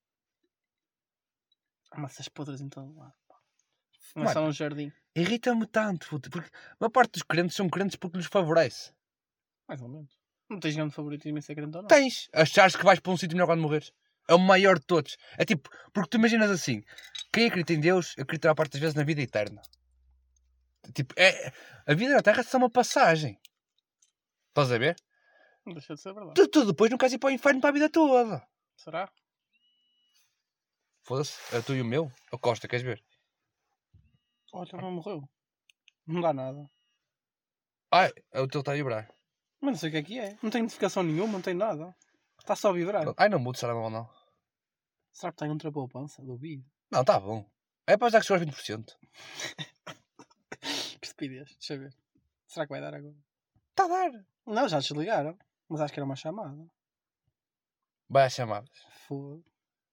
Speaker 3: Há massas podres em todo lado. Não é
Speaker 2: Mano.
Speaker 3: só um jardim.
Speaker 2: Irrita-me tanto, puta, porque a maior parte dos crentes são crentes porque lhes favorece.
Speaker 3: Mais ou menos. Não tens grande favoritismo em ser crente ou não?
Speaker 2: Tens, achares que vais para um sítio melhor quando morreres. É o maior de todos. É tipo, porque tu imaginas assim: quem acredita em Deus, acredita a parte das vezes na vida eterna. Tipo, é, a vida na Terra é só uma passagem. Estás a ver?
Speaker 3: Não deixa de ser verdade.
Speaker 2: Tu, tu depois não queres ir para o inferno para a vida toda.
Speaker 3: Será?
Speaker 2: Foda-se, é tu e o meu. O Costa, queres ver?
Speaker 3: Olha, não morreu. Não dá nada.
Speaker 2: Ai, é o teu está a vibrar.
Speaker 3: Mas não sei o que é que é. Não tem notificação nenhuma, não tem nada. Está só a vibrar.
Speaker 2: Ai, não mudo, será bom não.
Speaker 3: Será que está contra a poupança? Duvido.
Speaker 2: Não, está bom. É para já que chegou aos vinte por cento.
Speaker 3: Que estupidez. Deixa eu ver. Será que vai dar agora?
Speaker 2: Está a dar.
Speaker 3: Não, já desligaram. Mas acho que era uma chamada.
Speaker 2: Vai às chamadas.
Speaker 3: Foda.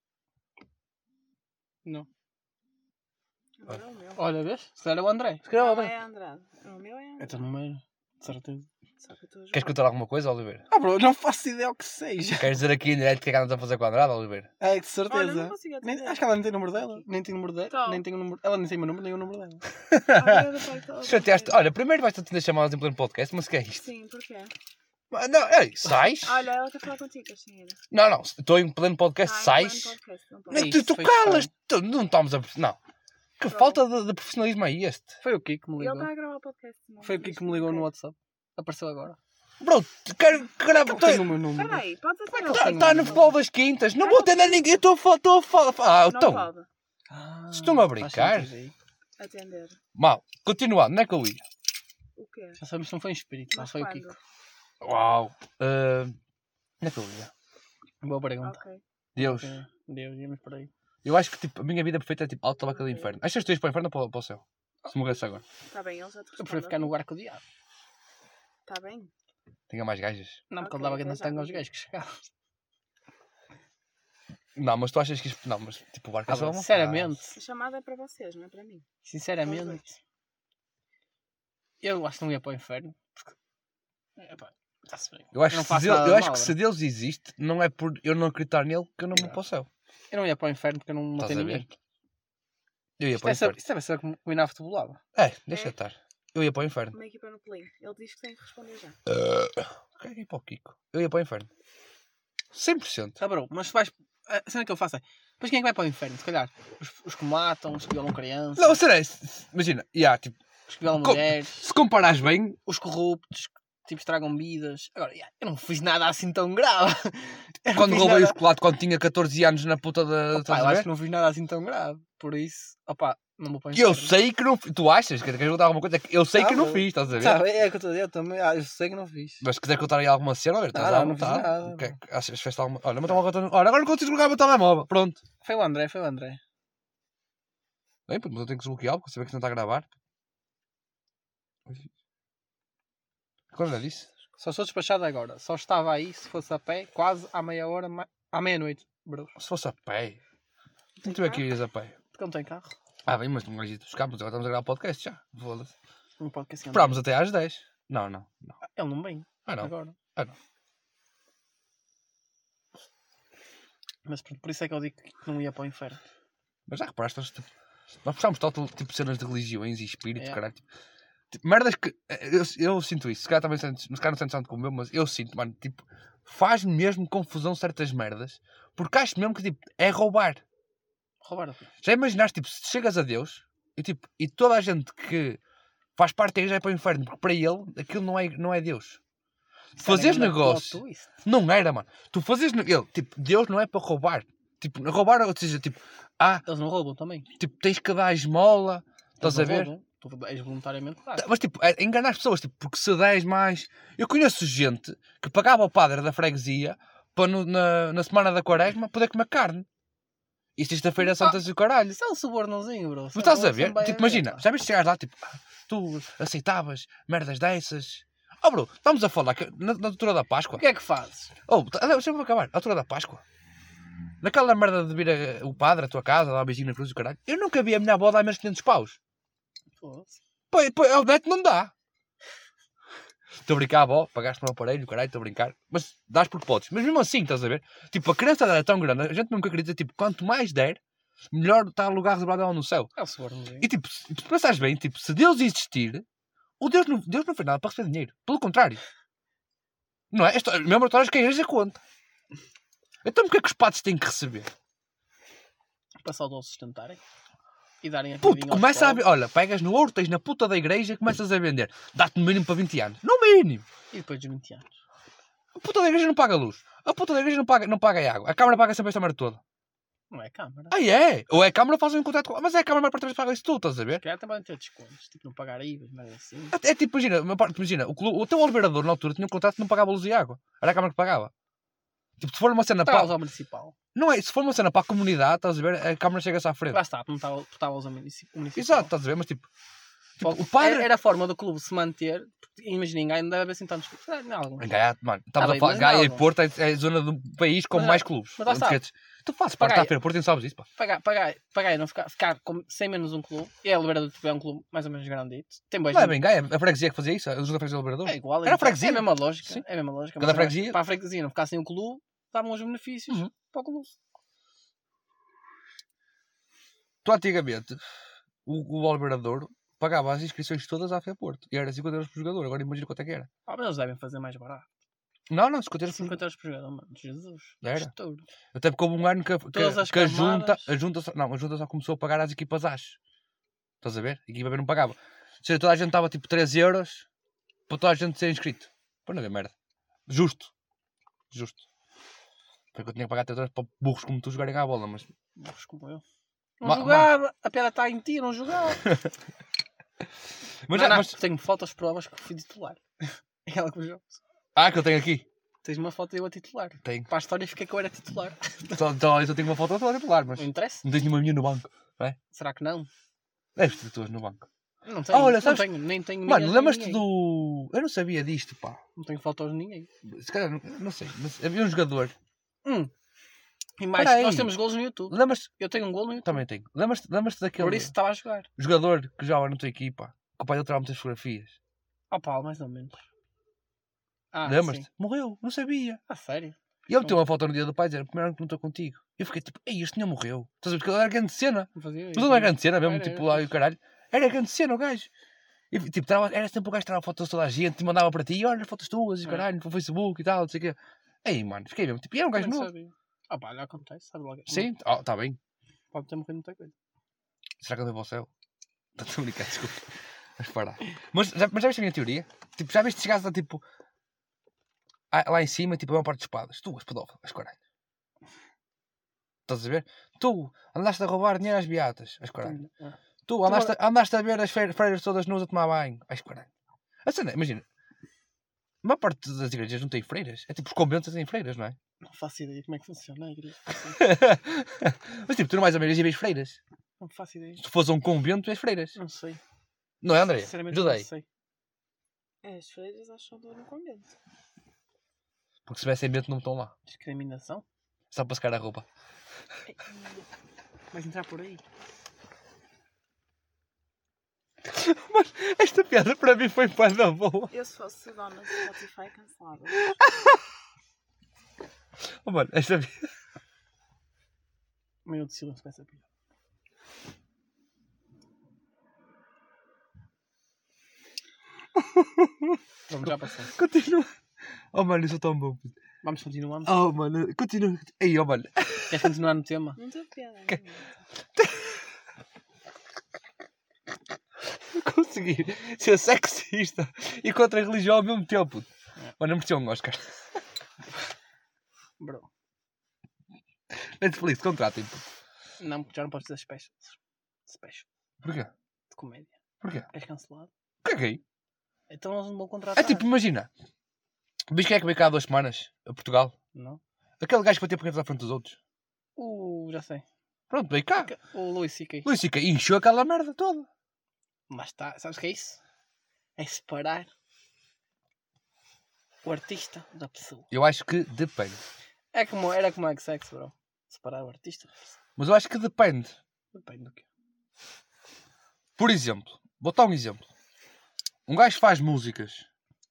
Speaker 3: Não.
Speaker 4: Agora é o meu.
Speaker 3: Olha, vês? Se calhar é o André.
Speaker 2: Se calhar
Speaker 4: Não
Speaker 2: alguém.
Speaker 4: é Andrade. O meu é
Speaker 3: É
Speaker 4: Andrade.
Speaker 3: teu número. De certeza.
Speaker 4: Só que eu estou a
Speaker 2: Queres
Speaker 4: jogar.
Speaker 2: contar alguma coisa, Oliveira?
Speaker 3: Ah, bro, não faço ideia o que seja.
Speaker 2: Queres dizer aqui em direto o que é que andas a fazer com a Andrade, Oliveira?
Speaker 3: É, de
Speaker 4: Olha,
Speaker 3: certeza.
Speaker 4: não consigo
Speaker 3: Nem-
Speaker 4: atender.
Speaker 3: acho que ela nem tem o número dela. Nem tem o número dela.
Speaker 4: Então.
Speaker 3: Nem tem o número. Ela nem tem o meu número, nem o número dela.
Speaker 4: Obrigada, pai, tô-
Speaker 2: Chateaste. Olha, primeiro vais-te atender chamadas em pleno podcast, mas o que é isto?
Speaker 4: Sim, porquê?
Speaker 2: Ah, não, ei, sais?
Speaker 4: Olha, ela quer falar contigo, Castanheira.
Speaker 2: Não, não, estou em pleno podcast,
Speaker 4: Ah,
Speaker 2: sais?
Speaker 4: então é um podcast, não pode.
Speaker 2: Não,
Speaker 3: É
Speaker 2: tu,
Speaker 3: isto,
Speaker 2: tu
Speaker 3: foi
Speaker 2: calas, tu, não estamos a. Não. Que
Speaker 4: Pronto.
Speaker 2: falta de, de profissionalismo é este?
Speaker 3: Foi o Kiko que me
Speaker 4: E ele
Speaker 3: ligou.
Speaker 4: está a gravar o podcast. não
Speaker 3: Foi o
Speaker 4: diz
Speaker 3: Kiko que me ligou no
Speaker 4: quer.
Speaker 3: WhatsApp. Apareceu agora.
Speaker 2: Bro, quero que grava.
Speaker 3: Não tem o meu número.
Speaker 4: Espera aí, pode atender.
Speaker 3: Como é que ele
Speaker 2: Está
Speaker 3: tem
Speaker 2: tá
Speaker 3: o
Speaker 2: no
Speaker 3: número?
Speaker 2: futebol das quintas, não vou atender ninguém, eu estou a falar. Estou a falar. Ah,
Speaker 4: Não
Speaker 2: então.
Speaker 4: pode
Speaker 3: Ah,
Speaker 2: Estão-me a
Speaker 3: faz
Speaker 2: brincar?
Speaker 3: sentido aí.
Speaker 4: atender.
Speaker 2: Mal, continuando, não é que eu ia?
Speaker 4: O quê?
Speaker 3: Já sabemos que não foi um espírito, mas
Speaker 4: Mas
Speaker 3: foi o
Speaker 4: quando?
Speaker 3: Kiko.
Speaker 2: Uau. Ah, não é que eu ia?
Speaker 3: Boa pergunta.
Speaker 4: Ok.
Speaker 2: Deus.
Speaker 3: É, Deus, íamos por aí.
Speaker 2: Eu acho que tipo, a minha vida perfeita é tipo alta tabaca do inferno. Achas que tu ias para o inferno ou para, para o céu? Se morresse agora.
Speaker 4: Está bem, ele já te
Speaker 3: Eu prefiro ficar no barco do diabo.
Speaker 4: Está bem?
Speaker 2: Tinha mais gajas.
Speaker 3: Não, porque
Speaker 4: Ok,
Speaker 3: ele dava
Speaker 4: até
Speaker 3: grande
Speaker 4: já,
Speaker 3: tanga aos
Speaker 4: ok.
Speaker 3: gajos que chegavam.
Speaker 2: Não, mas tu achas que isto. Não, mas tipo, o barco é
Speaker 3: Ah,
Speaker 2: só uma
Speaker 3: sinceramente,
Speaker 4: A chamada é para vocês, não é para mim.
Speaker 3: sinceramente, eu acho que não ia para o inferno. Porque. Epá, está-se bem.
Speaker 2: Eu acho,
Speaker 3: não
Speaker 2: que, se
Speaker 3: faço
Speaker 2: Deus,
Speaker 3: nada
Speaker 2: eu
Speaker 3: de
Speaker 2: acho
Speaker 3: mal,
Speaker 2: que
Speaker 3: bro.
Speaker 2: se Deus existe, não é por eu não acreditar nele que eu não vou
Speaker 3: Exato.
Speaker 2: para o céu.
Speaker 3: Eu não ia para o inferno porque eu não
Speaker 2: Estás
Speaker 3: matei
Speaker 2: a
Speaker 3: ninguém.
Speaker 2: ver? Eu ia
Speaker 3: Isto
Speaker 2: para o
Speaker 3: é saber-
Speaker 2: inferno.
Speaker 3: isto deve ser como o Inaf de bolada.
Speaker 2: É, deixa
Speaker 4: É?
Speaker 2: estar. Eu ia para o inferno.
Speaker 4: Uma equipa no play. Ele diz que tem que responder já.
Speaker 2: Uh, quero ir para o Kiko. Eu ia para o inferno. cem por cento.
Speaker 3: Ah, bro, mas vais. a cena que eu faço é. Depois quem é que vai para o inferno? Se calhar os, os que matam, os que violam crianças,
Speaker 2: Não, será? Imagina, yeah, tipo,
Speaker 3: os que violam
Speaker 2: co-
Speaker 3: mulheres,
Speaker 2: se comparares bem,
Speaker 3: os corruptos, que tipo estragam vidas. Agora, yeah, eu não fiz nada assim tão grave. Eu não
Speaker 2: quando
Speaker 3: fiz
Speaker 2: roubei o
Speaker 3: nada-
Speaker 2: chocolate quando tinha catorze anos na puta da.
Speaker 3: Opa,
Speaker 2: Estás
Speaker 3: eu
Speaker 2: a
Speaker 3: acho
Speaker 2: ver?
Speaker 3: que não fiz nada assim tão grave. Por isso, opá, não vou para o
Speaker 2: Que eu
Speaker 3: inferno.
Speaker 2: sei que não fiz. Tu achas que queres contar alguma coisa? Eu sei
Speaker 3: Não,
Speaker 2: que não
Speaker 3: mas-
Speaker 2: fiz, estás a ver?
Speaker 3: Sabe, é o que eu estou a dizer, eu também, ah, eu sei que não fiz.
Speaker 2: Mas se quiser contar aí alguma cena, olha, estás
Speaker 3: Não,
Speaker 2: à
Speaker 3: não, não fiz
Speaker 2: vontade.
Speaker 3: nada,
Speaker 2: O que é que- Achas que fizeste alguma. Olha, mas uma coisa- olha, agora não consigo jogar o meu telemóvel. Pronto.
Speaker 3: Foi o André, foi o André.
Speaker 2: Bem, puto, mas eu tenho que desbloqueá-lo para saber que não está a gravar. Quando era disso?
Speaker 3: Só sou despachado agora. Só estava aí, se fosse a pé, quase à meia hora, ma- à meia-noite, bro.
Speaker 2: Se fosse a pé. Não tive aqui ias a pé.
Speaker 3: Porque não tem carro.
Speaker 2: Ah, bem, mas não vais ir buscar, mas agora estamos a gravar o podcast já. Foda-se.
Speaker 3: Não pode que assim.
Speaker 2: Esperámos até às dez. Não, não, não.
Speaker 3: Ele não vem.
Speaker 2: Ah, não.
Speaker 3: Agora.
Speaker 2: Ah, não.
Speaker 3: Mas por, por isso é que eu digo que não ia para o inferno.
Speaker 2: Mas já reparaste, nós, tipo, nós puxámos tanto tipo cenas de religiões e espírito,
Speaker 3: É.
Speaker 2: caralho. Tipo, tipo, merdas que. Eu, eu sinto isso. Se calhar também sentes, se calhar não sentes tanto como eu, mas eu sinto, mano, tipo, faz-me mesmo confusão certas merdas. Porque acho mesmo que tipo, é roubar.
Speaker 3: Roubar o quê?
Speaker 2: Já imaginaste, tipo, se chegas a Deus e, tipo, e toda a gente que faz parte dele já é para o inferno, porque para ele aquilo não é, não é Deus.
Speaker 3: Isso
Speaker 2: Fazes
Speaker 3: era grande
Speaker 2: negócio.
Speaker 3: plot twist.
Speaker 2: Não era, mano. Tu fazes. ne- Ele, tipo, Deus não é para roubar. Tipo, roubar, ou seja, tipo, ah,
Speaker 3: Eles não roubam também.
Speaker 2: tipo, tens que dar esmola, estás a
Speaker 3: Eles não
Speaker 2: ver?
Speaker 3: roubam. Tu és voluntariamente dado.
Speaker 2: Mas tipo, é enganar as pessoas, tipo, porque se dez mais. Eu conheço gente que pagava ao padre da freguesia para no- na, na semana da quaresma poder comer carne. E sexta-feira santas e o caralho.
Speaker 3: Isso é um subornozinho, bro.
Speaker 2: Tu estás a ver?
Speaker 3: Sempre vai
Speaker 2: Tipo,
Speaker 3: haver,
Speaker 2: imagina,
Speaker 3: pá.
Speaker 2: já viste chegares lá, tipo, ah, tu aceitavas merdas dessas? Oh, bro, estamos a falar que na, na altura da Páscoa.
Speaker 3: O que é que fazes?
Speaker 2: Oh, tá- deixa eu acabar, a altura da Páscoa. Naquela merda de vir a- o padre à tua casa, dar um beijinho na cruz e o caralho. Eu nunca vi a minha avó dar menos quinhentos paus.
Speaker 3: Foda-se.
Speaker 2: Pô, pô, ao neto não dá. Estou a brincar, avó, pagaste para o aparelho, caralho, estou a brincar. Mas dás porque podes. Mas mesmo assim, estás a ver? Tipo, a criança é tão grande, a gente nunca acredita, tipo, quanto mais der, melhor está o lugar reservado dela no céu.
Speaker 3: É um subornozinho.
Speaker 2: E tipo, se se pensares bem, tipo, se Deus existir, o Deus não, Deus não fez nada para receber dinheiro. Pelo contrário. Não é? Esta, mesmo histórias que a igreja conta. Então porquê é que os padres têm que receber?
Speaker 3: Para só de sustentarem. E darem a
Speaker 2: Puto,
Speaker 3: comidinha aos
Speaker 2: começa a
Speaker 3: pobres.
Speaker 2: ver. Olha, pegas no ouro, tens na puta da igreja e começas a vender. Dá-te no mínimo para vinte anos. No mínimo.
Speaker 3: E depois de vinte anos.
Speaker 2: A puta da igreja não paga luz. A puta da igreja não paga, não paga água. A Câmara paga sempre esta merda toda.
Speaker 3: Não é câmara.
Speaker 2: Ah, é? Ou é a Câmara faz um contrato com. Mas é a Câmara para trás paga isso tudo, estás a ver?
Speaker 3: Se calhar também ter descontos. Tipo, não pagar I V A, mas assim.
Speaker 2: É, é tipo, imagina, uma parte, imagina o, clube, o teu alverador na altura tinha um contrato que não pagava luz e água. Era a Câmara que pagava. Tipo, se for uma cena
Speaker 3: Estava a
Speaker 2: para.
Speaker 3: usar o municipal.
Speaker 2: Não é, se for uma cena para a comunidade, estás a ver? A Câmara chega-se à frente.
Speaker 3: Lá está, não estava estava a usar o munici- o municipal.
Speaker 2: Exato, estás a ver? Mas tipo. tipo,
Speaker 3: Tipo,
Speaker 2: o padre.
Speaker 3: era, era a forma do clube se manter. Porque, imagina, em Gaia não deve haver assim tantos clubes. Não, alguns.
Speaker 2: Em Gaia, mano, estamos
Speaker 3: Tá
Speaker 2: a
Speaker 3: bem,
Speaker 2: falar.
Speaker 3: mas
Speaker 2: Gaia
Speaker 3: não,
Speaker 2: e
Speaker 3: não.
Speaker 2: Porto é, é a zona do país com
Speaker 3: Mas,
Speaker 2: mais clubes.
Speaker 3: mas lá está.
Speaker 2: Antes que- Tu fazes parte
Speaker 3: Gaia.
Speaker 2: da feira, Porto não sabes isso, pá.
Speaker 3: Pagar, pagar, pagar e não ficar, ficar com, sem menos um clube. E a Liberdade do é um clube mais ou menos grandito. Tem boas
Speaker 2: Não é bem Gaia, a freguesia que fazia isso, a ajuda da freguesia do Liberador.
Speaker 3: É igual.
Speaker 2: Era
Speaker 3: então,
Speaker 2: freguesia.
Speaker 3: É a mesma lógica.
Speaker 2: Sim.
Speaker 3: É a mesma lógica.
Speaker 2: Cada
Speaker 3: mas era-
Speaker 2: freguesia-
Speaker 3: Para a freguesia não ficar sem o clube, davam os benefícios
Speaker 2: Uhum.
Speaker 3: para o clube.
Speaker 2: Tu antigamente, o, o Alberador pagava as inscrições todas à F E Porto. E era cinquenta euros por jogador. Agora imagina quanto é que era.
Speaker 3: Ah, mas eles devem fazer mais barato.
Speaker 2: Não, não, cinquenta euros por
Speaker 3: cinquenta euros por jogador, mano. Jesus.
Speaker 2: Era.
Speaker 3: Estouro.
Speaker 2: Até porque houve um ano que, a- que,
Speaker 3: Todas as
Speaker 2: que a, junta,
Speaker 3: camadas.
Speaker 2: a junta só, não, a junta só começou a pagar às equipas Acho. Estás a ver? A equipa B não pagava. Ou seja, toda a gente estava tipo treze euros para toda a gente ser inscrito. Para não haver merda. Justo. Justo. Porque eu tinha que pagar treze euros para burros como tu jogarem à bola, mas...
Speaker 3: Burros como eu. Não
Speaker 2: Ma-
Speaker 3: jogava. A piada está em ti, não jogava.
Speaker 2: Mas,
Speaker 3: não,
Speaker 2: já-
Speaker 3: não,
Speaker 2: mas-
Speaker 3: Tenho fotos provas que fui titular. Em alguns jogos.
Speaker 2: Ah, que eu tenho aqui.
Speaker 3: Tens uma foto de eu a titular.
Speaker 2: Tenho.
Speaker 3: Para a história fica que eu era titular.
Speaker 2: Só, só, eu só tenho uma foto toda titular, mas...
Speaker 3: Não interessa?
Speaker 2: Não tens nenhuma minha no banco.
Speaker 3: Será que não?
Speaker 2: Deves ter tuas no banco.
Speaker 3: Não tenho.
Speaker 2: Olha,
Speaker 3: não
Speaker 2: sabes-
Speaker 3: tenho. Nem tenho
Speaker 2: Mano,
Speaker 3: minhas, nem
Speaker 2: lembras-te
Speaker 3: ninguém.
Speaker 2: do... Eu não sabia disto, pá.
Speaker 3: Não tenho fotos de ninguém.
Speaker 2: Se calhar, não, não sei. Mas havia um jogador.
Speaker 3: Hum. E mais,
Speaker 2: Espera aí.
Speaker 3: nós temos golos no YouTube.
Speaker 2: Lembras-te...
Speaker 3: Eu tenho um golo no YouTube.
Speaker 2: Também tenho. Lembras-te lembras daquele
Speaker 3: Por isso estava a jogar.
Speaker 2: jogador que joga na tua equipa? Que o pai dele tirava muitas fotografias.
Speaker 3: Oh pá, mais ou menos. Ah,
Speaker 2: Lembras-te?
Speaker 3: sim.
Speaker 2: Morreu. Não sabia.
Speaker 3: Ah, sério?
Speaker 2: E ele meteu uma foto no dia do pai dizendo: primeiro ano que não estou contigo. Eu fiquei tipo: ei, este senhor morreu. Estás a ver? Porque ele era grande cena.
Speaker 3: Não fazia
Speaker 2: Mas
Speaker 3: isso.
Speaker 2: ele não era grande cena mesmo,
Speaker 3: Era,
Speaker 2: tipo
Speaker 3: era.
Speaker 2: lá e o caralho. Era grande cena o gajo. E, tipo, tirava- era sempre o gajo que tirava fotos de toda a gente e mandava para ti: olha as fotos tuas e o
Speaker 3: É.
Speaker 2: caralho, no Facebook e tal, não sei o quê. Ei, mano, fiquei mesmo. Tipo, e era um gajo
Speaker 3: Não
Speaker 2: novo.
Speaker 3: sabia. Ah pá, já acontece, sabe logo.
Speaker 2: Sim, oh, tá bem.
Speaker 3: Pode ter morrido muita coisa.
Speaker 2: Será que ele veio para o céu? Estou a brincar, desculpa. Mas parar. Mas já, mas já viste a minha teoria? Tipo, já viste chegares a tipo. a- lá em cima, tipo, a maior parte de espadas. Tu, és pedófilo, és caralho. Estás a ver? Tu andaste a roubar dinheiro às beatas. És caralho.
Speaker 3: Ah.
Speaker 2: Tu andaste, andaste a ver as fre- freiras todas nuas a tomar banho. És caralho. A cena, imagina. A maior parte das igrejas não tem freiras. É tipo, os conventos têm freiras, não é?
Speaker 3: Não faço ideia como é que funciona a igreja.
Speaker 2: Mas tipo, tu não vais a igreja e vês freiras.
Speaker 3: Não faço ideia.
Speaker 2: Se tu fores a um convento, és freiras.
Speaker 3: Não sei.
Speaker 2: Não é, André?
Speaker 3: Sinceramente,
Speaker 2: Ajudei.
Speaker 3: não sei.
Speaker 4: É, as freiras acham do no convento.
Speaker 2: Porque se tivessem medo não estão lá.
Speaker 3: Discriminação?
Speaker 2: Só para secar a roupa.
Speaker 3: Vais entrar por aí.
Speaker 2: Mas esta piada para mim foi para da boa.
Speaker 4: Eu, se fosse dona do Spotify, cancelava.
Speaker 2: Oh, mano, esta piada.
Speaker 3: Um minuto de silêncio com essa piada. Vamos já passar.
Speaker 2: Continua. Oh, mano, isso é tão bom. puto.
Speaker 3: Vamos continuando.
Speaker 2: Oh, mano, continua. Ei, oh, mano.
Speaker 3: Queres continuar no tema?
Speaker 4: Não teve piada.
Speaker 2: Que-
Speaker 4: não.
Speaker 2: Conseguir ser sexista e contra a religião ao mesmo tempo.
Speaker 3: É.
Speaker 2: Mano, não mereceu um Oscar.
Speaker 3: Bro.
Speaker 2: Netflix, contratem. puto.
Speaker 3: Não, porque já não podes dizer special. Special.
Speaker 2: Porquê?
Speaker 3: De comédia.
Speaker 2: Porquê?
Speaker 3: És cancelado.
Speaker 2: Caguei.
Speaker 3: Então eles não vão contratar.
Speaker 2: É tipo, imagina. Viste quem é que veio cá há duas semanas? A Portugal.
Speaker 3: Não?
Speaker 2: Aquele gajo que bateu punhetas à frente dos outros.
Speaker 3: Uh, já sei.
Speaker 2: Pronto, veio cá.
Speaker 3: O Louis C K.
Speaker 2: Luís Sica encheu aquela merda toda.
Speaker 3: Mas está, sabes o que é isso? É separar o artista da pessoa.
Speaker 2: Eu acho que depende.
Speaker 3: É como, era como a X-Sex, bro. Separar o artista da pessoa.
Speaker 2: Mas eu acho que depende.
Speaker 3: Depende do quê?
Speaker 2: Por exemplo, vou dar um exemplo. Um gajo faz músicas.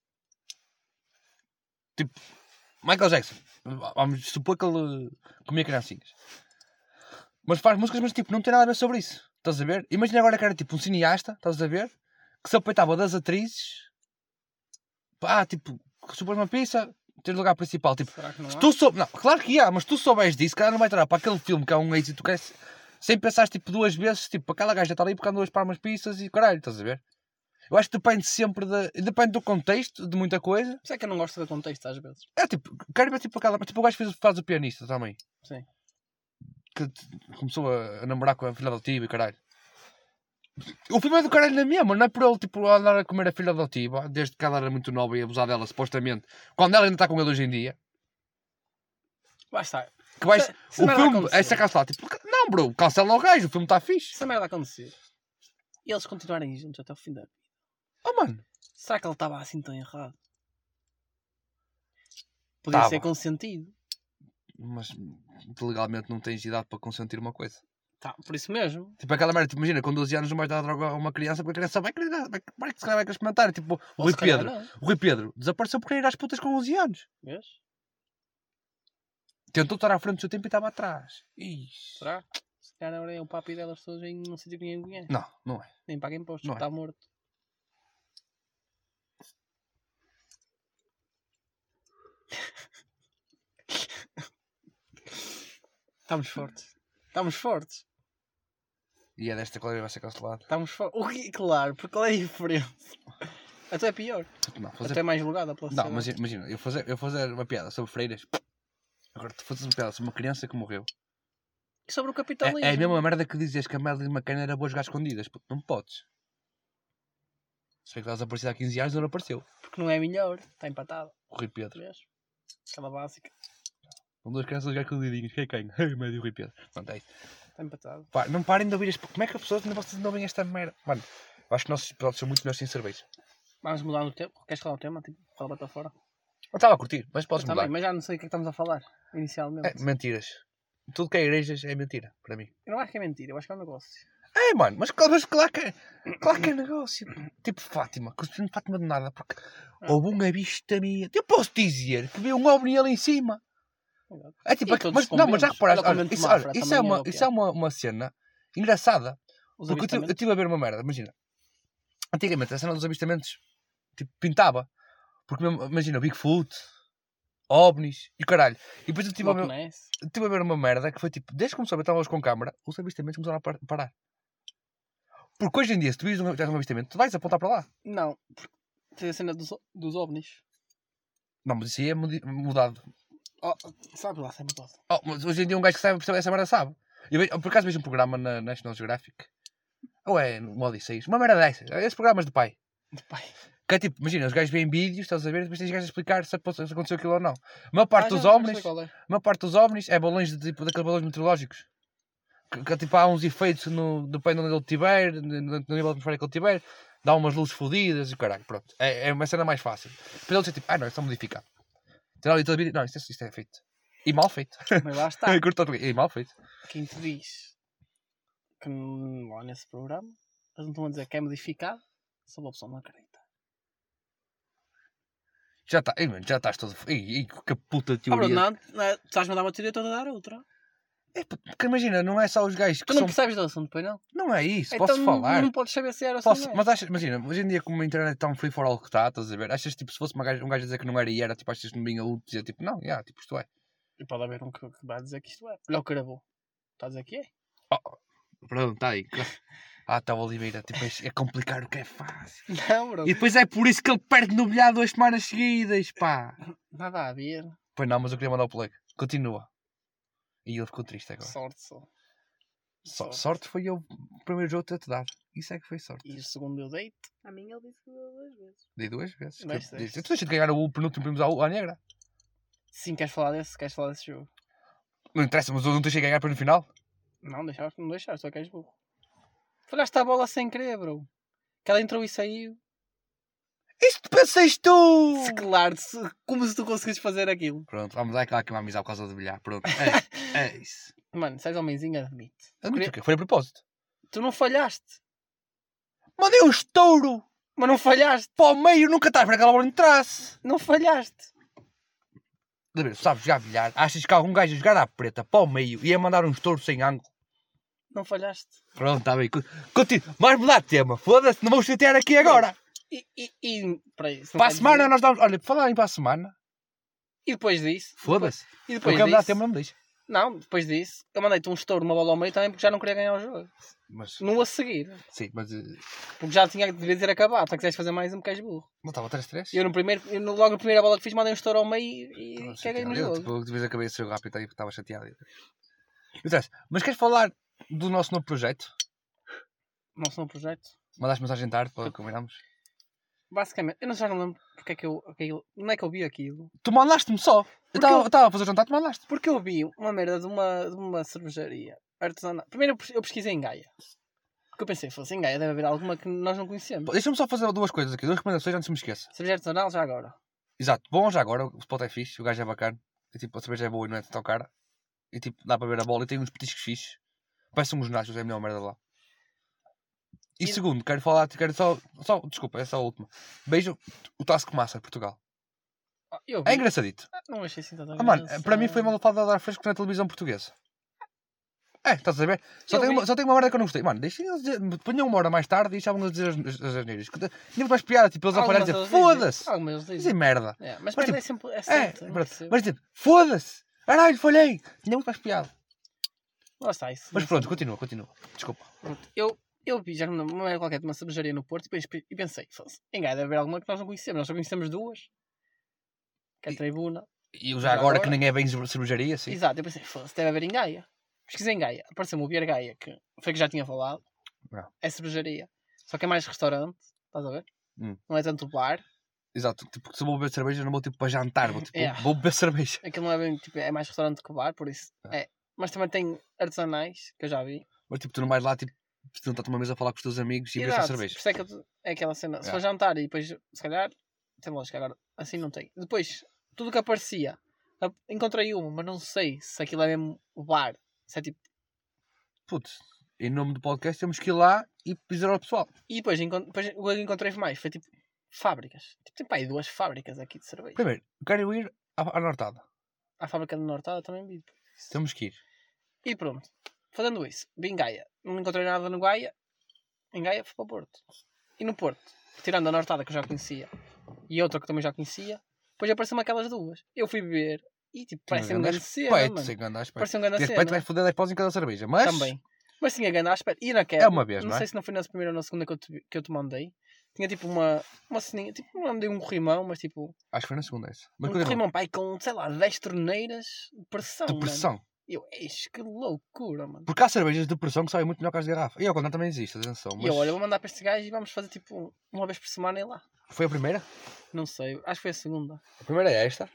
Speaker 2: Tipo, Michael Jackson. Vamos supor que ele comia criancinhas. Mas faz músicas, mas tipo, não tem nada a ver sobre isso. Estás a ver? Imagina agora que era tipo um cineasta, estás a ver? Que se apeitava das atrizes. Pá, tipo, se supões uma pizza, tens lugar principal. Tipo,
Speaker 3: Será que não
Speaker 2: se
Speaker 3: há?
Speaker 2: tu sou... Não, claro que há, mas tu souberes disso, cara não vai entrar para aquele filme que é um êxito, que é... sem pensar tipo duas vezes, tipo, aquela gaja está ali porque andou a espar umas pizzas e caralho, estás a ver? Eu acho que depende sempre da... Depende do contexto, de muita coisa.
Speaker 3: Por isso é que eu não gosto do contexto às vezes.
Speaker 2: É tipo, quero ver tipo aquela... Tipo o gajo que faz, faz o pianista também.
Speaker 3: Sim.
Speaker 2: Que t- começou a, a namorar com a filha adotiva e caralho. O filme é do caralho na mesma, não é por ele tipo andar a comer a filha adotiva, desde que ela era muito nova e abusar dela, supostamente. Quando ela ainda está com ele hoje em dia.
Speaker 3: Lá está.
Speaker 2: Que vais...
Speaker 3: Se- se
Speaker 2: o
Speaker 3: merda
Speaker 2: filme
Speaker 3: acontecer.
Speaker 2: é ser cancelado. Tipo, não bro, cancela o gajo, o filme está fixe.
Speaker 3: Se a merda acontecer e eles continuarem juntos até o fim da vida,
Speaker 2: Oh mano.
Speaker 3: será que ele estava assim tão errado? Podia
Speaker 2: Tava.
Speaker 3: ser consentido.
Speaker 2: Mas legalmente não tens idade para consentir uma coisa.
Speaker 3: Tá, por isso mesmo.
Speaker 2: Tipo aquela merda, tipo, imagina, com doze anos não vais dar droga a uma criança porque a criança vai querer, vai, vai, se calhar vai querer experimentar. Tipo, o
Speaker 3: Ou
Speaker 2: Rui
Speaker 3: se calhar
Speaker 2: Pedro.
Speaker 3: não.
Speaker 2: O Rui Pedro desapareceu porque ia ir às putas com onze anos.
Speaker 3: Vês?
Speaker 2: Tentou estar à frente do seu tempo e estava atrás. Ixi.
Speaker 3: Será? Se calhar agora é o papi delas todas em um sítio que ninguém conhece.
Speaker 2: Não, não é.
Speaker 3: Nem paga impostos,
Speaker 2: Não é.
Speaker 3: está morto. Estamos fortes. Estamos fortes.
Speaker 2: E é desta que ele vai ser cancelado.
Speaker 3: Estamos fortes. O que? Claro, porque qual é a diferença? Até é pior.
Speaker 2: Não, fazer...
Speaker 3: Até mais julgada pela
Speaker 2: não
Speaker 3: sociedade.
Speaker 2: mas imagina, eu fazer, eu fazer uma piada sobre freiras. Agora, tu fazes uma piada sobre uma criança que morreu.
Speaker 3: E sobre o capitalismo.
Speaker 2: É, é a mesma merda que dizias que a Madeline McCann era boa a jogar escondidas. Puto, não podes. Se bem que elas aparecido há quinze anos, ele apareceu.
Speaker 3: Porque não é melhor. Está empatado.
Speaker 2: O Rui Pedro.
Speaker 3: Vês? Aquela básica.
Speaker 2: São duas crianças a jogar com dedinhos. Quem é quem? Ai, médio Rui Pedro. Pronto, é isso.
Speaker 3: Está empatado.
Speaker 2: Pá, não parem de ouvir as... Como é que as pessoas ainda vocês ainda ouvem esta merda? Mano, eu acho que nossos episódios são muito melhores sem cerveja.
Speaker 3: Vamos mudar o tempo. Queres falar o tema? Tipo, fala para fora.
Speaker 2: Eu estava a curtir, mas podes
Speaker 3: Eu
Speaker 2: mudar.
Speaker 3: também, mas já não sei o que é que estamos a falar. Inicialmente.
Speaker 2: É, mentiras. Tudo que é igrejas é mentira, para mim.
Speaker 3: Eu não acho que é mentira. Eu acho que é um negócio.
Speaker 2: É, mano, mas, claro- mas claro, que é, claro que é negócio. Tipo Fátima, construindo Fátima de nada, porque houve um avistamento. Eu posso dizer que veio um ovni ali em cima. É tipo,
Speaker 3: E
Speaker 2: é que-
Speaker 3: todos
Speaker 2: mas,
Speaker 3: os
Speaker 2: não, mas já
Speaker 3: conventos.
Speaker 2: reparaste,
Speaker 3: Olha o
Speaker 2: olha,
Speaker 3: convento de
Speaker 2: isso,
Speaker 3: Mafra,
Speaker 2: olha, isso, é
Speaker 3: também
Speaker 2: uma,
Speaker 3: era o
Speaker 2: isso
Speaker 3: que
Speaker 2: é
Speaker 3: é.
Speaker 2: uma, uma cena engraçada.
Speaker 3: Os
Speaker 2: Porque eu tive, eu
Speaker 3: avistamentos.
Speaker 2: tive a ver uma merda, imagina. Antigamente a cena dos avistamentos tipo, pintava. Porque mesmo, imagina, o Bigfoot, ovnis e o caralho. E depois eu estive a,
Speaker 3: Loch
Speaker 2: ver-
Speaker 3: Ness.
Speaker 2: estive a ver uma merda que foi tipo, desde que começou a meter luz com câmara, os avistamentos começaram a par- parar. Porque hoje em dia, se tu vires um, tens um avistamento, tu vais apontar para lá.
Speaker 3: Não, porque tem a cena dos, dos ovnis.
Speaker 2: Não, mas isso aí é mudi- mudado.
Speaker 3: Oh, sabe lá, sempre pode.
Speaker 2: Oh, mas hoje em dia um gajo que sabe perceber essa merda sabe. Eu, ve- por acaso vejo um programa na National Geographic, ou é no Odisseis, uma merda dessas, esses programas de pai.
Speaker 3: De pai.
Speaker 2: Que é tipo, imagina, os gajos veem vídeos, estás a ver, e depois tens gajos a explicar se, apo- se aconteceu aquilo ou não. A maior parte
Speaker 3: Ah,
Speaker 2: dos
Speaker 3: já- já
Speaker 2: ovnis,
Speaker 3: sei qual é.
Speaker 2: a maior parte dos ovnis é balões de tipo, daqueles balões meteorológicos. Que, que tipo, há uns efeitos no, depende de onde ele estiver, no, no nível atmosférico que ele estiver, dá umas luzes fodidas e o caralho, pronto. É, é uma cena mais fácil. Depois ele diz tipo, ah não, isto é modificado. Tem ali todo vídeo, não, isto, isto é feito. E mal feito.
Speaker 3: Mas lá está.
Speaker 2: Curto todo- e mal feito.
Speaker 3: Quem te diz que n- lá nesse programa eles não estão a dizer que é modificado, só uma pessoa não acredita.
Speaker 2: Já está, já estás todo. Ih, ih, que puta
Speaker 3: Ah, Bruno,
Speaker 2: teoria.
Speaker 3: não, não, tu estás a mandar uma teoria, estou a dar outra.
Speaker 2: É, porque imagina, não é só os gajos que
Speaker 3: Tu não
Speaker 2: são.
Speaker 3: percebes do assunto, pois não?
Speaker 2: Não é isso,
Speaker 3: Então
Speaker 2: posso
Speaker 3: não-
Speaker 2: falar.
Speaker 3: Não podes saber se era
Speaker 2: Posso,
Speaker 3: assim.
Speaker 2: mas achas, imagina, hoje em dia como a internet é tão free for all que está, estás a ver? Achas tipo, se fosse uma gajo, um gajo a dizer que não era e era, tipo, achas que não vinha outro dizer tipo, não, yeah, tipo, isto é.
Speaker 3: E pode haver um que, que vai dizer que isto é. Olha o Carabou. Está a dizer que é?
Speaker 2: Pronto, está aí. Ah, está o Oliveira, tipo, é, é complicar o que é fácil.
Speaker 3: Não, bro.
Speaker 2: E depois é por isso que ele perde no bilhar duas semanas seguidas, pá.
Speaker 3: Nada a ver.
Speaker 2: Pois não, mas eu queria mandar o play. Continua. E ele ficou triste agora.
Speaker 3: Sorte só.
Speaker 2: So- sorte foi eu, o primeiro jogo a te dar. Isso é que foi sorte.
Speaker 3: E o segundo eu deito.
Speaker 4: A mim ele disse que deu duas vezes.
Speaker 2: Dei duas vezes.
Speaker 3: Mas
Speaker 2: Que eu-
Speaker 3: deste.
Speaker 2: Tu deixa de ganhar o penúltimo primos à, à negra.
Speaker 3: Sim, queres falar desse? Queres falar desse jogo?
Speaker 2: Não interessa, mas eu não deixei de ganhar para no final.
Speaker 3: Não, deixaste, não deixaste, só que és burro. Falhaste a bola sem querer, bro. Que ela entrou e saiu.
Speaker 2: Isto pensas tu!
Speaker 3: Se claro, se- como se tu conseguisses fazer aquilo.
Speaker 2: Pronto, vamos lá aquela que uma amizade por causa do bilhar. Pronto, é, é isso.
Speaker 3: Mano, se és homenzinho, admite.
Speaker 2: Admito que foi a propósito.
Speaker 3: Tu não falhaste.
Speaker 2: Mandei um estouro
Speaker 3: Mas não falhaste.
Speaker 2: para o meio, nunca estás para aquela bola entrasse.
Speaker 3: Não falhaste.
Speaker 2: De ver, sabes jogar bilhar? Achas que algum gajo a jogar à preta para o meio ia mandar um estouro sem ângulo?
Speaker 3: Não falhaste.
Speaker 2: Pronto, está bem. Continua. Mas mudar de tema. Foda-se, não vamos chatear aqui agora.
Speaker 3: E, e, e para isso. não
Speaker 2: Para a
Speaker 3: quer
Speaker 2: semana
Speaker 3: dizer-
Speaker 2: nós damos. Olha, para falar em para a semana.
Speaker 3: E depois disso.
Speaker 2: Foda-se.
Speaker 3: E
Speaker 2: Eu
Speaker 3: depois
Speaker 2: quero mudar de
Speaker 3: disso.
Speaker 2: tema, não me deixa.
Speaker 3: Não, depois disso. Eu mandei-te um estouro, uma bola ao meio também porque já não queria ganhar o jogo.
Speaker 2: Mas,
Speaker 3: Não a seguir.
Speaker 2: sim, mas eh,
Speaker 3: Porque já tinha devia ter acabado. Se quiseres fazer mais um, porque és burro.
Speaker 2: não estava três três?
Speaker 3: Eu no primeiro, eu no- logo a primeira bola que fiz, mandei um estouro ao meio e caguei no
Speaker 2: Eu,
Speaker 3: jogo.
Speaker 2: tipo, de vez acabei esse jogo rápido aí porque estava chateado. Interessa. Mas queres falar do nosso novo projeto?
Speaker 3: Nosso novo projeto.
Speaker 2: Mandaste mensagem tarde para combinarmos?
Speaker 3: Basicamente, eu não, já não lembro porque é que eu, que eu. Não é que eu vi aquilo.
Speaker 2: Tu mandaste-me só. Eu
Speaker 3: Porque eu-
Speaker 2: estava a fazer jantar, tu mandaste.
Speaker 3: Porque eu vi uma merda de uma, de uma cervejaria artesanal. Primeiro eu pes- eu pesquisei em Gaia. Porque eu pensei, fosse em Gaia, deve haver alguma que nós não conhecemos.
Speaker 2: Pô, deixa-me só fazer duas coisas aqui, duas recomendações antes de me esqueça.
Speaker 3: Cerveja artesanal já agora.
Speaker 2: Exato, bom já agora, o spot é fixe, o gajo é bacana. E, tipo, a cerveja é boa e não é tão cara. E tipo, dá para ver a bola e tem uns petiscos fixes. Parece uns nachos, é a melhor merda lá. E,
Speaker 3: E-
Speaker 2: segundo, quero falar, quero só, só, desculpa, essa é a última. Beijo o Taskmaster Portugal.
Speaker 3: Ah, Eu vi.
Speaker 2: É engraçadito.
Speaker 3: Ah, não achei assim tanta
Speaker 2: Ah, mano,
Speaker 3: graça.
Speaker 2: para mim foi uma lufada de ar fresco na televisão portuguesa. É, estás a ver? Só
Speaker 3: Eu
Speaker 2: tem,
Speaker 3: vi.
Speaker 2: uma, só tem uma merda que eu não gostei. Mano, deixem eles dizer, ponham uma hora mais tarde e estavam a dizer as, as, as asneiras. Tinha muito mais piada, tipo, eles a falhar e
Speaker 3: Algumas
Speaker 2: dizer
Speaker 3: eles dizem.
Speaker 2: foda-se.
Speaker 3: Algumas eles
Speaker 2: Dizem
Speaker 3: dizem.
Speaker 2: merda.
Speaker 3: É, mas
Speaker 2: Mas,
Speaker 3: merda
Speaker 2: tipo,
Speaker 3: é sempre. É
Speaker 2: É,
Speaker 3: certo. não
Speaker 2: pronto.
Speaker 3: percebo.
Speaker 2: Mas tipo, foda-se. Caralho, falhei. Tinha muito mais piada.
Speaker 3: Lá está isso.
Speaker 2: Mas
Speaker 3: Não
Speaker 2: pronto,
Speaker 3: sei.
Speaker 2: continua, continua. Desculpa.
Speaker 3: Pronto, Eu, eu vi, já não lembro, uma era qualquer de uma cervejaria no Porto e pensei, e pensei fosse, em Gaia deve haver alguma que nós não conhecemos. Nós só conhecemos duas. Que é a
Speaker 2: E-
Speaker 3: Tribuna.
Speaker 2: E eu já
Speaker 3: Já
Speaker 2: agora,
Speaker 3: agora?
Speaker 2: que nem é bem cervejaria, sim.
Speaker 3: Exato, eu pensei, fosse, deve haver em Gaia. Pesquisei em Gaia. Apareceu-me o Beer Gaia, que foi que já tinha falado.
Speaker 2: Não.
Speaker 3: É cervejaria. Só que é mais restaurante. Estás a ver?
Speaker 2: Hum.
Speaker 3: Não é tanto bar.
Speaker 2: Exato, tipo, se eu vou beber cerveja, não vou tipo para jantar, vou tipo,
Speaker 3: Yeah.
Speaker 2: vou beber cerveja.
Speaker 3: Aquilo não é bem, tipo, é mais restaurante que bar, por isso.
Speaker 2: Ah.
Speaker 3: É. Mas também tem artesanais, que eu já vi.
Speaker 2: Mas tipo, tu não vais lá, tipo, sentar-te uma mesa a falar com os teus amigos e beber só
Speaker 3: Exato,
Speaker 2: cerveja.
Speaker 3: por isso é, que eu- é aquela cena. Se
Speaker 2: Yeah.
Speaker 3: for jantar e depois, se calhar, tem lógica agora. Assim não tem. Depois, tudo que aparecia, a- encontrei uma, mas não sei se aquilo é mesmo o bar. Se é tipo.
Speaker 2: Putz, em nome do podcast temos que ir lá e dizer ao pessoal.
Speaker 3: E depois, encont- depois o que encontrei mais foi tipo fábricas. Tipo, tem pá, aí duas fábricas aqui de cerveja.
Speaker 2: Primeiro, quero ir à, à Nortada.
Speaker 3: A fábrica de Nortada também vi.
Speaker 2: Temos que ir.
Speaker 3: E pronto. Fazendo isso, vi em Gaia. Não encontrei nada no Gaia. Em Gaia fui para o Porto. E no Porto, tirando a Nortada que eu já conhecia e outra que também já conhecia, Depois apareceram aquelas duas. Eu fui beber e tipo, parece um
Speaker 2: grande
Speaker 3: grande cena,
Speaker 2: aspecto,
Speaker 3: mano.
Speaker 2: sem grande aspecto.
Speaker 3: Parece um grande
Speaker 2: De repente
Speaker 3: cena.
Speaker 2: vais foder dez paus em cada cerveja. Mas
Speaker 3: Também. Mas tinha grande aspecto. E naquela,
Speaker 2: é uma vez,
Speaker 3: não
Speaker 2: não é?
Speaker 3: sei se não foi na primeira ou na segunda que eu te, que eu te mandei. Tinha tipo uma, uma ceninha, tipo, não mandei um corrimão, mas tipo,
Speaker 2: acho que foi na segunda essa. Mas
Speaker 3: um
Speaker 2: corrimão.
Speaker 3: corrimão, pai, com, sei lá, dez torneiras de pressão,
Speaker 2: De
Speaker 3: mano.
Speaker 2: pressão.
Speaker 3: Eu, eis, que loucura, mano.
Speaker 2: Porque há cervejas de pressão que sabem muito melhor que as de garrafa. E ao contrário também existe, atenção. Mas
Speaker 3: E eu, olha, vou mandar para este gajo e vamos fazer tipo uma vez por semana e lá.
Speaker 2: foi a primeira?
Speaker 3: Não sei, acho que foi a segunda.
Speaker 2: A primeira é esta.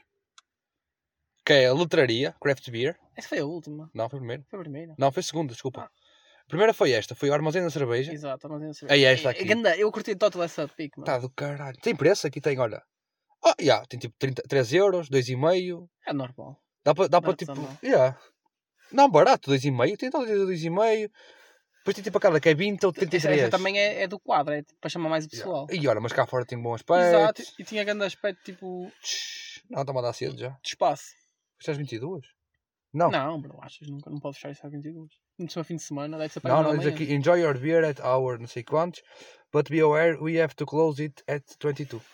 Speaker 2: Que é a Letraria, Craft Beer.
Speaker 3: Essa foi a última.
Speaker 2: Não, foi a primeira.
Speaker 3: Foi a primeira.
Speaker 2: Não, foi a segunda, desculpa.
Speaker 3: Ah.
Speaker 2: A primeira foi esta, foi o Armazém da Cerveja.
Speaker 3: Exato, mas não sei.
Speaker 2: É esta aqui.
Speaker 3: Ganda, eu curti total essa pique, mano.
Speaker 2: Tá do caralho. Tem preço? Aqui tem, olha. Oh, yeah, tem tipo trinta, três euros, dois e meio.
Speaker 3: É normal.
Speaker 2: Dá para dá para
Speaker 3: Barato
Speaker 2: tipo.
Speaker 3: também.
Speaker 2: Yeah. Não, barato, dois e meio. Tem todo dois e meio. Depois tem tipo aquela que é vinte ou trinta e
Speaker 3: Essa,
Speaker 2: três.
Speaker 3: essa também é, é do quadro, é tipo, para chamar mais o pessoal.
Speaker 2: E olha, mas cá fora tem bom aspecto.
Speaker 3: Exato, e tinha grande aspecto tipo
Speaker 2: Tch, Não, está-me a dar cedo já.
Speaker 3: de espaço.
Speaker 2: Isto é às vinte e duas? Não.
Speaker 3: Não, bro, achas? Nunca, não pode fechar isso às vinte e duas. No seu fim de semana, deve ser para
Speaker 2: Não,
Speaker 3: uma
Speaker 2: não,
Speaker 3: da
Speaker 2: diz
Speaker 3: manhã.
Speaker 2: aqui, enjoy your beer at hour, não sei quantos, but be aware we have to close it at vinte e dois.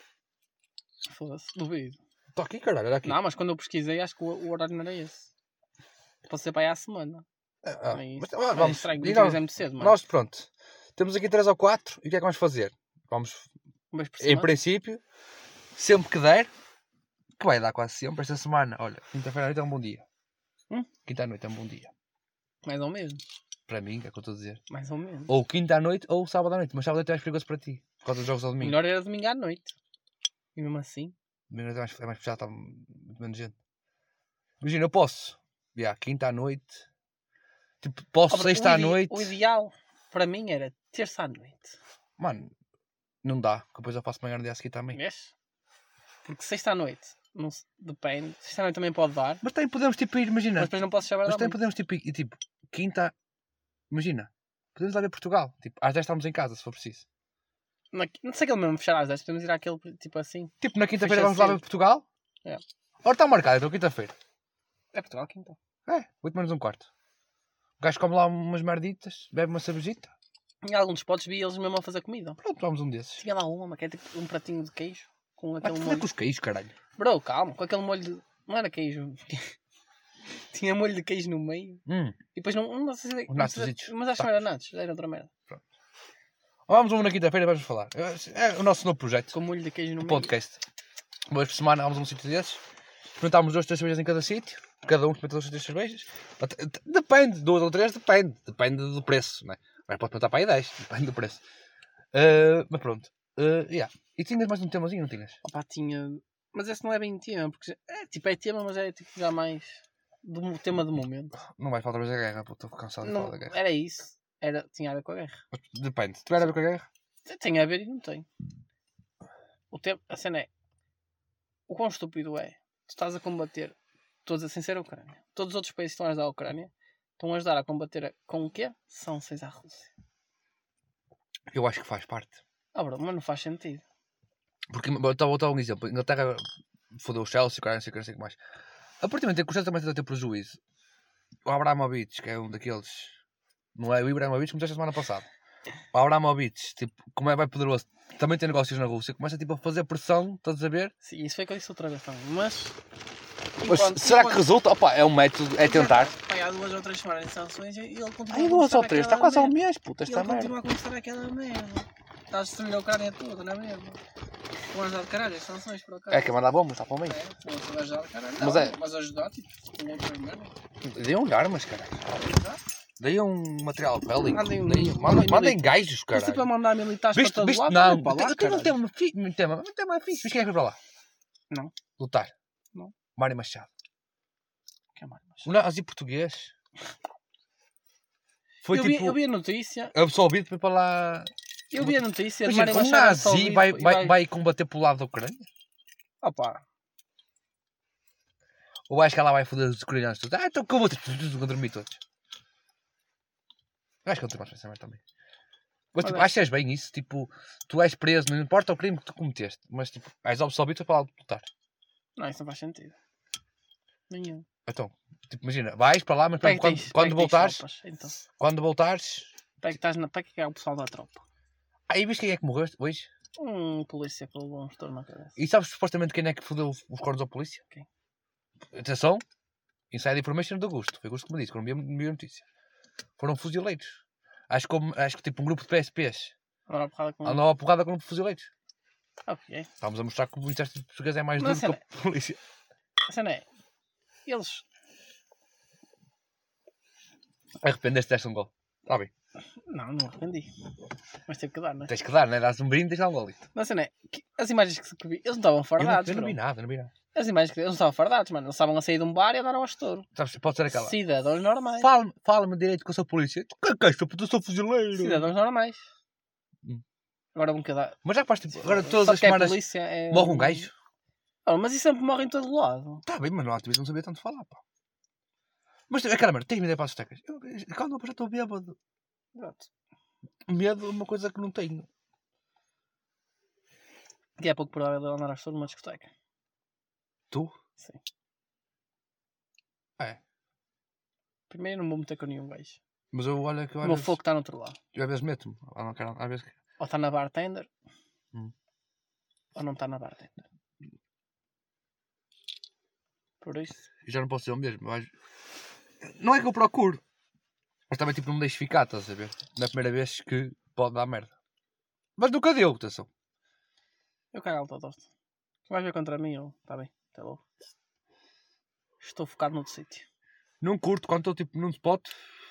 Speaker 3: Foda-se, duvido.
Speaker 2: Está aqui, caralho, olha aqui.
Speaker 3: Não, mas quando eu pesquisei, acho que o, o horário não era esse. Pode ser para aí à semana.
Speaker 2: Ah, ah,
Speaker 3: Mas,
Speaker 2: mas,
Speaker 3: mas,
Speaker 2: ah, vamos,
Speaker 3: estranho,
Speaker 2: e
Speaker 3: vinte e
Speaker 2: nós,
Speaker 3: dois é muito cedo, mano.
Speaker 2: nós, pronto, temos aqui três ou quatro, e o que é que vamos fazer? Vamos,
Speaker 3: Um mês por
Speaker 2: em
Speaker 3: semana.
Speaker 2: princípio, sempre que der, que vai dar quase sempre esta semana, olha, quinta-feira à noite é um bom dia.
Speaker 3: Hum?
Speaker 2: Quinta à noite é um bom dia.
Speaker 3: Mais ou menos.
Speaker 2: Para mim, que é o que eu estou a dizer.
Speaker 3: Mais ou menos.
Speaker 2: Ou quinta à noite ou sábado à noite, mas sábado à noite é mais perigoso para ti, por causa dos jogos ao domingo.
Speaker 3: Melhor era domingo à noite. E mesmo assim.
Speaker 2: Domingo à noite é mais, é mais fechado, está muito menos gente. Imagina, eu posso, yeah, quinta à noite, tipo, posso
Speaker 3: Oh, bro,
Speaker 2: sexta
Speaker 3: o
Speaker 2: à
Speaker 3: ide-
Speaker 2: noite.
Speaker 3: O ideal para mim era terça à noite.
Speaker 2: Mano, não dá, que depois eu faço manhã no dia a seguir também.
Speaker 3: Vês? Porque sexta à noite, não se- depende. Sexta à noite também pode dar.
Speaker 2: Mas também podemos tipo ir, imagina,
Speaker 3: Mas depois não posso chamar
Speaker 2: mas
Speaker 3: da
Speaker 2: também
Speaker 3: noite.
Speaker 2: podemos tipo ir, tipo, quinta, imagina, podemos lá ver Portugal, tipo, às dez estamos em casa se for preciso.
Speaker 3: Na- Não sei aquele mesmo fechar às dez, podemos ir àquele tipo assim.
Speaker 2: Tipo, na quinta-feira
Speaker 3: Fecha
Speaker 2: vamos lá
Speaker 3: cedo.
Speaker 2: ver Portugal?
Speaker 3: É.
Speaker 2: Ora está marcado, então quinta-feira.
Speaker 3: É Portugal quinta.
Speaker 2: É, oito menos um quarto. O gajo come lá umas merditas, bebe uma cervejita.
Speaker 3: Em alguns spots vi eles mesmo a fazer comida.
Speaker 2: Pronto, vamos um desses.
Speaker 3: Tinha lá uma, que é tipo um pratinho de queijo. Com
Speaker 2: Vai
Speaker 3: aquele
Speaker 2: te
Speaker 3: molho.
Speaker 2: foder com os queijos, caralho.
Speaker 3: Bro, calma, com aquele molho de. Não era queijo. Tinha molho de queijo no meio.
Speaker 2: Hum.
Speaker 3: E depois não. Não sei se.
Speaker 2: Os natositos.
Speaker 3: Mas acho que não era natos, era outra merda.
Speaker 2: Vamos um na quinta-feira e vamos falar. É o nosso novo projeto.
Speaker 3: Com molho de queijo no
Speaker 2: do
Speaker 3: meio.
Speaker 2: podcast. Uma vez por semana vamos a um sítio desses. Experimentámos duas, três cervejas em cada sítio. Cada um experimenta duas, três cervejas. Até- até- Depende, duas ou três, depende. Depende do preço, não é? Mas pode experimentar para aí dez, depende do preço. Ah, mas pronto. Ah, yeah. E tinhas mais um temazinho, não tinhas?
Speaker 3: Opa, tinha. Mas esse não é bem tema, porque já- é tipo, é tema, mas é tipo já mais do tema do momento.
Speaker 2: Não vai falar outra vez da guerra, pô, estou cansado de
Speaker 3: Não,
Speaker 2: falar da guerra.
Speaker 3: era isso. Era, tinha a ver com a guerra.
Speaker 2: Mas depende, se tiver a ver com a guerra,
Speaker 3: Tem a ver e não tem. O tema, a cena é. O quão estúpido é. Tu estás a combater. Todos a sem ser a Ucrânia. Todos os outros países que estão a ajudar a Ucrânia estão a ajudar a combater a, com o quê? Sanções à Rússia.
Speaker 2: eu acho que faz parte.
Speaker 3: Ah, bro, mas não faz sentido.
Speaker 2: Porque, vou dar vou dar um exemplo. Inglaterra fodeu o Chelsea, o cara não sei o que, não sei o que mais. A partir do momento em que o Chelsea também está a ter prejuízo, o Abramovich, que é um daqueles. Não é o Ibrahimovic, como disseste a semana passada. O Abramovich, tipo, como é bem poderoso, também tem negócios na Rússia, começa tipo, a fazer pressão, estás a ver?
Speaker 3: Sim, isso foi o que eu disse outra vez também. Mas.
Speaker 2: Mas
Speaker 3: enquanto-
Speaker 2: será que
Speaker 3: enquanto-
Speaker 2: resulta? Opa, é um método, é tentar.
Speaker 3: Pai, há duas ou três semanas de sanções e ele continua
Speaker 2: Ai,
Speaker 3: a
Speaker 2: duas
Speaker 3: conquistar
Speaker 2: ou três, está
Speaker 3: aquela
Speaker 2: quase há um
Speaker 3: merda.
Speaker 2: mês, puta,
Speaker 3: E
Speaker 2: esta
Speaker 3: ele
Speaker 2: merda.
Speaker 3: continua a conquistar aquela merda. Está a destruir a Ucrânia toda, não é mesmo? Estão a ajudar de caralho as sanções, por acaso.
Speaker 2: É que mandar bombas, está para o meio.
Speaker 3: É, estão a ajudar de caralho.
Speaker 2: Mas
Speaker 3: Não,
Speaker 2: é-
Speaker 3: Mas ajudar, tipo, com outras merdas.
Speaker 2: Deiam armas, cara.
Speaker 3: Ajudar.
Speaker 2: Deiam material bélico.
Speaker 3: Mandem um-
Speaker 2: Deiam-
Speaker 3: mandem
Speaker 2: Mandem mandem
Speaker 3: mili-
Speaker 2: gajos,
Speaker 3: Mas tipo a
Speaker 2: cara.
Speaker 3: mandar militares para
Speaker 2: Viste,
Speaker 3: todo
Speaker 2: viste,
Speaker 3: lado,
Speaker 2: não,
Speaker 3: não, para lá,
Speaker 2: eu tenho um
Speaker 3: caralho.
Speaker 2: tema, fi- um tema, um tema fixe. Viste quem é que foi para lá?
Speaker 3: Não.
Speaker 2: Lutar.
Speaker 3: Não.
Speaker 2: Mário Machado.
Speaker 3: Que é mais, mas-
Speaker 2: O nazi português. Foi
Speaker 3: eu, vi,
Speaker 2: tipo
Speaker 3: eu vi a notícia,
Speaker 2: absolvido para ir para lá.
Speaker 3: eu vi a notícia de
Speaker 2: Imagina,
Speaker 3: Mário
Speaker 2: um
Speaker 3: Machado
Speaker 2: nazi
Speaker 3: absolvido
Speaker 2: vai,
Speaker 3: e
Speaker 2: vai, vai combater pelo lado da Ucrânia?
Speaker 3: Opa,
Speaker 2: Ou vais que lá vai foder os ucranianos todos? Ah, então que eu vou ter contra mim todos. Eu acho que eu tenho mais pensamento também. Mas tipo,
Speaker 3: Olha.
Speaker 2: achas bem isso? Tipo, tu és preso, não importa o crime que tu cometeste, mas tipo, és absolvido para lá de lutar.
Speaker 3: não, isso não faz sentido. Nenhum.
Speaker 2: Então, tipo, imagina, vais para lá, mas
Speaker 3: Para que
Speaker 2: quando,
Speaker 3: tens-
Speaker 2: quando
Speaker 3: para que tens
Speaker 2: voltares,
Speaker 3: tropas, Então,
Speaker 2: quando voltares,
Speaker 3: para que estás na, para que é o pessoal da tropa?
Speaker 2: aí viste quem é que morreu hoje?
Speaker 3: Um polícia que levou um estouro na cabeça.
Speaker 2: E sabes supostamente quem é que fodeu os cornos ao polícia?
Speaker 3: Quem?
Speaker 2: Atenção, inside information do Augusto. Foi o Augusto que me disse, quando me me viu a notícia. Foram fuzileiros. Acho que, como- acho que tipo um grupo de P S Ps
Speaker 3: Agora a porrada com
Speaker 2: andou a porrada com um grupo de fuzileiros.
Speaker 3: Ok.
Speaker 2: Estamos a mostrar que o exército português é mais duro
Speaker 3: Mas
Speaker 2: que
Speaker 3: a
Speaker 2: a polícia.
Speaker 3: A cena é. Eles.
Speaker 2: Arrependeste deste um gol. Está bem.
Speaker 3: Não, não arrependi. Mas teve que dar, não é?
Speaker 2: Tens que dar, né? Dás um brinde e tens de dar um golito.
Speaker 3: Mas a cena é. Que as imagens que se vi. Eles não estavam
Speaker 2: Eu não,
Speaker 3: fardados.
Speaker 2: eu não vi
Speaker 3: bro.
Speaker 2: nada, não vi nada.
Speaker 3: As imagens que eles não estavam fardados, mano. Eles estavam a sair de um bar e andaram ao estouro.
Speaker 2: Sabes, pode ser aquela.
Speaker 3: Cidadãos normais.
Speaker 2: Fala-me fala direito que eu sou polícia. Tu que és, puto, eu sou fuzileiro.
Speaker 3: Cidadãos normais.
Speaker 2: Hum.
Speaker 3: Agora vão cada.
Speaker 2: Mas já faz tipo, agora todas
Speaker 3: Só
Speaker 2: as
Speaker 3: que é
Speaker 2: semanas
Speaker 3: polícia é.
Speaker 2: morre um gajo.
Speaker 3: Oh, mas isso sempre morre em todo lado.
Speaker 2: Está bem, mas no ativismo não sabia tanto falar, pá. Mas, cara, mano, tens medo para as tecas? Eu, quando eu já estou bêbado.
Speaker 3: Exato.
Speaker 2: Medo é uma coisa que não tenho.
Speaker 3: Que é pouco provável de eu andar ao estouro numa discoteca.
Speaker 2: Tu?
Speaker 3: Sim.
Speaker 2: É.
Speaker 3: Primeiro não vou meter com nenhum gajo.
Speaker 2: Mas eu olho que eu
Speaker 3: O
Speaker 2: às
Speaker 3: meu
Speaker 2: vezes,
Speaker 3: fogo está no outro lado.
Speaker 2: eu às vezes meto-me. Lá na cara, às vezes.
Speaker 3: Ou está na bartender.
Speaker 2: Hum.
Speaker 3: Ou não está na bartender. Por isso.
Speaker 2: Eu já não posso ser o mesmo. Mas... Não é que eu procuro. Mas também tipo não me deixo ficar, estás a ver? Na primeira vez que pode dar merda. Mas nunca deu, atenção.
Speaker 3: Eu cago alto ao tosto. Vais ver contra mim ou. Está bem. Até logo. Estou focado noutro sítio.
Speaker 2: Não curto quando estou tipo num spot.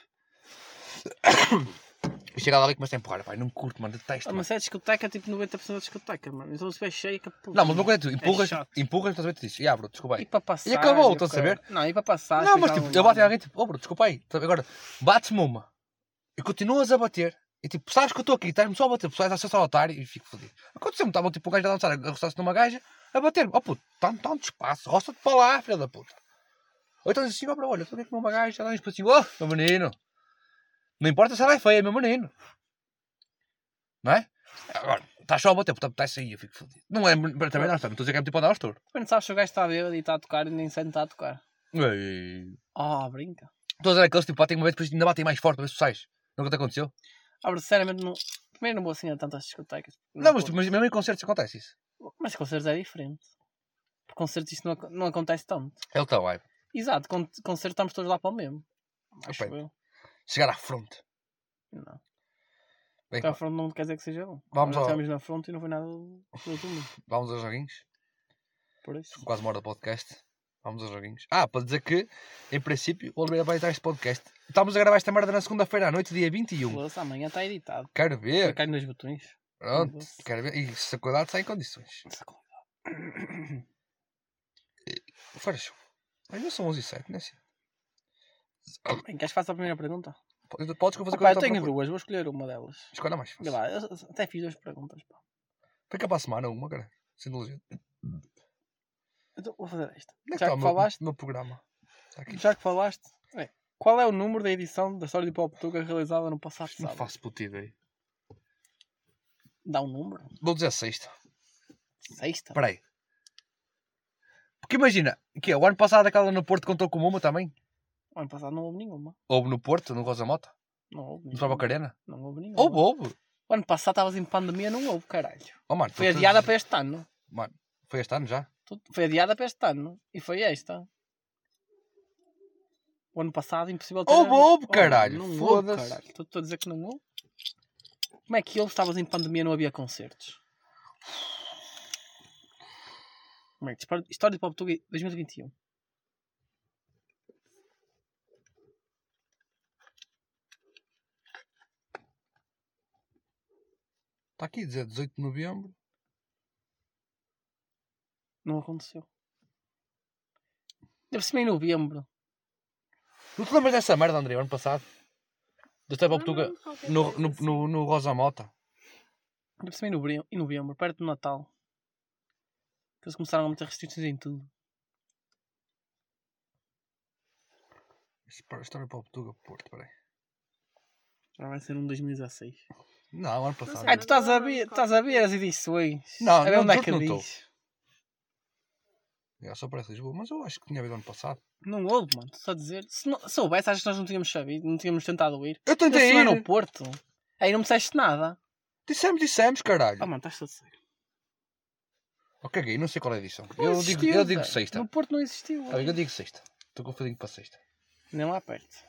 Speaker 2: E chega ali e começa a empurrar. Pai, não curto, mano, detesto.
Speaker 3: Ah,
Speaker 2: Mano.
Speaker 3: mas é discoteca tipo noventa por cento da discoteca, mano. Então se estiver cheio, que
Speaker 2: Não, mas uma coisa é tu empurras,
Speaker 3: chato.
Speaker 2: empurras, estás a ver? Tu dizes, ah, bro, desculpa aí.
Speaker 3: E para passar.
Speaker 2: E acabou,
Speaker 3: o
Speaker 2: estás a saber?
Speaker 3: caralho. Não, e para passar.
Speaker 2: Não,
Speaker 3: depois
Speaker 2: mas
Speaker 3: já
Speaker 2: tipo,
Speaker 3: não
Speaker 2: eu bato em
Speaker 3: dá.
Speaker 2: alguém tipo, oh bro, desculpa aí. Tá- Agora, bate-me uma. E continuas a bater. E tipo, sabes que eu estou aqui, estás-me só a bater. Pessoal, estás só a otário e fico fodido. Aconteceu-me, estava tipo um gajo a dançar, a roçar-se numa gaja, a bater-me. Oh puto, tanto, tanto espaço, roça-te para lá, filha da puta. Ou então diz assim, ó bro, olha, estou aqui com uma gaja, dá um espacinho, oh, meu menino. Não importa se ela é feia, meu menino. Não é? Agora, estás só a bater, portanto, estás aí, eu fico fodido. Não é, também não, não estou a dizer que é tipo a dar ao estouro.
Speaker 3: Quando sabes se o gajo está bêbado e está a tocar e nem sei onde está a tocar.
Speaker 2: Ei.
Speaker 3: Ah, brinca.
Speaker 2: Estou a dizer aqueles tipo, batem uma vez, depois ainda batem mais forte, para ver se tu sais. Nunca te aconteceu?
Speaker 3: Ah, mas sinceramente, não... primeiro não vou assim a tantas discotecas.
Speaker 2: Não, mas,
Speaker 3: vou.
Speaker 2: mas mesmo em concertos acontece isso.
Speaker 3: Mas concertos é diferente. Por concertos isso não, ac- não acontece tanto.
Speaker 2: É o teu vibe.
Speaker 3: Exato, con concerto estamos todos lá para o mesmo. Acho
Speaker 2: Depende.
Speaker 3: eu.
Speaker 2: Chegar à fronte.
Speaker 3: Não.
Speaker 2: Bem,
Speaker 3: Porque a fronte não quer dizer que seja bom.
Speaker 2: Vamos
Speaker 3: Nós
Speaker 2: ao-
Speaker 3: estivemos na fronte e não foi nada do do outro mundo.
Speaker 2: vamos aos joguinhos.
Speaker 3: Por isso.
Speaker 2: Quase uma hora do podcast. Vamos aos joguinhos. Ah, para dizer que, em princípio, o Oliveira vai editar este podcast. Estamos a gravar esta merda na segunda-feira à noite, dia vinte e um.
Speaker 3: Foda-se, amanhã está editado.
Speaker 2: Quero ver.
Speaker 3: Cai nos botões.
Speaker 2: Pronto,
Speaker 3: Foda-se.
Speaker 2: quero ver. E se a qualidade está em condições. Fora show. Ainda são onze e sete, não é assim?
Speaker 3: Bem, queres que faça a primeira pergunta?
Speaker 2: Podes podes que eu vou fazer
Speaker 3: Opa, eu
Speaker 2: coisa à
Speaker 3: tenho
Speaker 2: procura.
Speaker 3: duas, vou escolher uma delas.
Speaker 2: Escolha mais
Speaker 3: Olha
Speaker 2: fácil.
Speaker 3: lá, eu até fiz duas perguntas. Pá.
Speaker 2: Fica para a semana uma, cara. Sem inteligente.
Speaker 3: Então, vou fazer esta.
Speaker 2: Onde é que
Speaker 3: Já
Speaker 2: está
Speaker 3: que
Speaker 2: o meu,
Speaker 3: falaste,
Speaker 2: o meu programa? Está aqui.
Speaker 3: já que falaste, é, qual é o número da edição da história de Pop Tuga realizada no passado
Speaker 2: Não
Speaker 3: sábado?
Speaker 2: faço puta ideia.
Speaker 3: Dá um número?
Speaker 2: Vou dizer sexta.
Speaker 3: Sexta?
Speaker 2: Espera aí. Porque imagina, que é, o ano passado aquela no Porto contou com uma também.
Speaker 3: O ano passado não houve nenhuma.
Speaker 2: Houve no Porto, no Rosa Mota,
Speaker 3: Não houve
Speaker 2: no
Speaker 3: nenhuma.
Speaker 2: Tropa Arena.
Speaker 3: Não houve nenhuma.
Speaker 2: Houve, houve.
Speaker 3: O ano passado estavas em pandemia, não houve, caralho.
Speaker 2: Oh, mano,
Speaker 3: Foi
Speaker 2: tu- tu-
Speaker 3: adiada para este ano.
Speaker 2: Mano, foi este ano já.
Speaker 3: Tu- Foi adiada para este ano. E foi esta. O ano passado, impossível ter...
Speaker 2: Houve, houve,
Speaker 3: Oh,
Speaker 2: caralho.
Speaker 3: Não houve,
Speaker 2: Foda-se.
Speaker 3: caralho. Estou a dizer que não houve. Como é que houve? Estavas em pandemia, não havia concertos. Como é que... História de Pop Tuga dois mil e vinte e um.
Speaker 2: Está aqui, dizer dezoito de novembro.
Speaker 3: Não aconteceu. Deve-se em novembro.
Speaker 2: Não te lembras dessa merda, André, ano passado? Da Step Up
Speaker 4: Não,
Speaker 2: Tuga
Speaker 4: não, qualquer
Speaker 2: no,
Speaker 4: coisa
Speaker 2: no,
Speaker 4: assim.
Speaker 2: no, no Rosa Mota.
Speaker 3: Deve-se em novembro, em novembro, perto do Natal. Que eles começaram a meter restrições em tudo.
Speaker 2: História para o Tuga Porto, peraí.
Speaker 3: Já vai ser um dois mil e dezasseis.
Speaker 2: Não, ano passado.
Speaker 4: sei.
Speaker 3: Ai, tu estás a ver, estás a ver as edições.
Speaker 2: Não,
Speaker 3: a ver
Speaker 2: não,
Speaker 3: onde é
Speaker 2: juro
Speaker 3: que
Speaker 2: que não
Speaker 3: diz.
Speaker 2: É, só parece Lisboa, mas eu acho que tinha havido ano passado.
Speaker 3: Não houve, mano. Estou a dizer. Se, não, se soubesse, acho que nós não tínhamos sabido, não tínhamos tentado ir.
Speaker 2: Eu
Speaker 3: Eu
Speaker 2: tentei
Speaker 3: não é
Speaker 2: ir.
Speaker 3: no Porto. Aí não me disseste nada.
Speaker 2: Dissemos, dissemos, caralho.
Speaker 3: Ah, mano, estás todo sério.
Speaker 2: Ok, gay, não sei qual é a edição.
Speaker 3: Não
Speaker 2: Eu
Speaker 3: existiu,
Speaker 2: digo, eu digo
Speaker 3: Zé.
Speaker 2: sexta.
Speaker 3: No Porto não existiu.
Speaker 2: Olha, eu digo sexta. Estou com o feeling para sexta.
Speaker 3: Nem lá perto.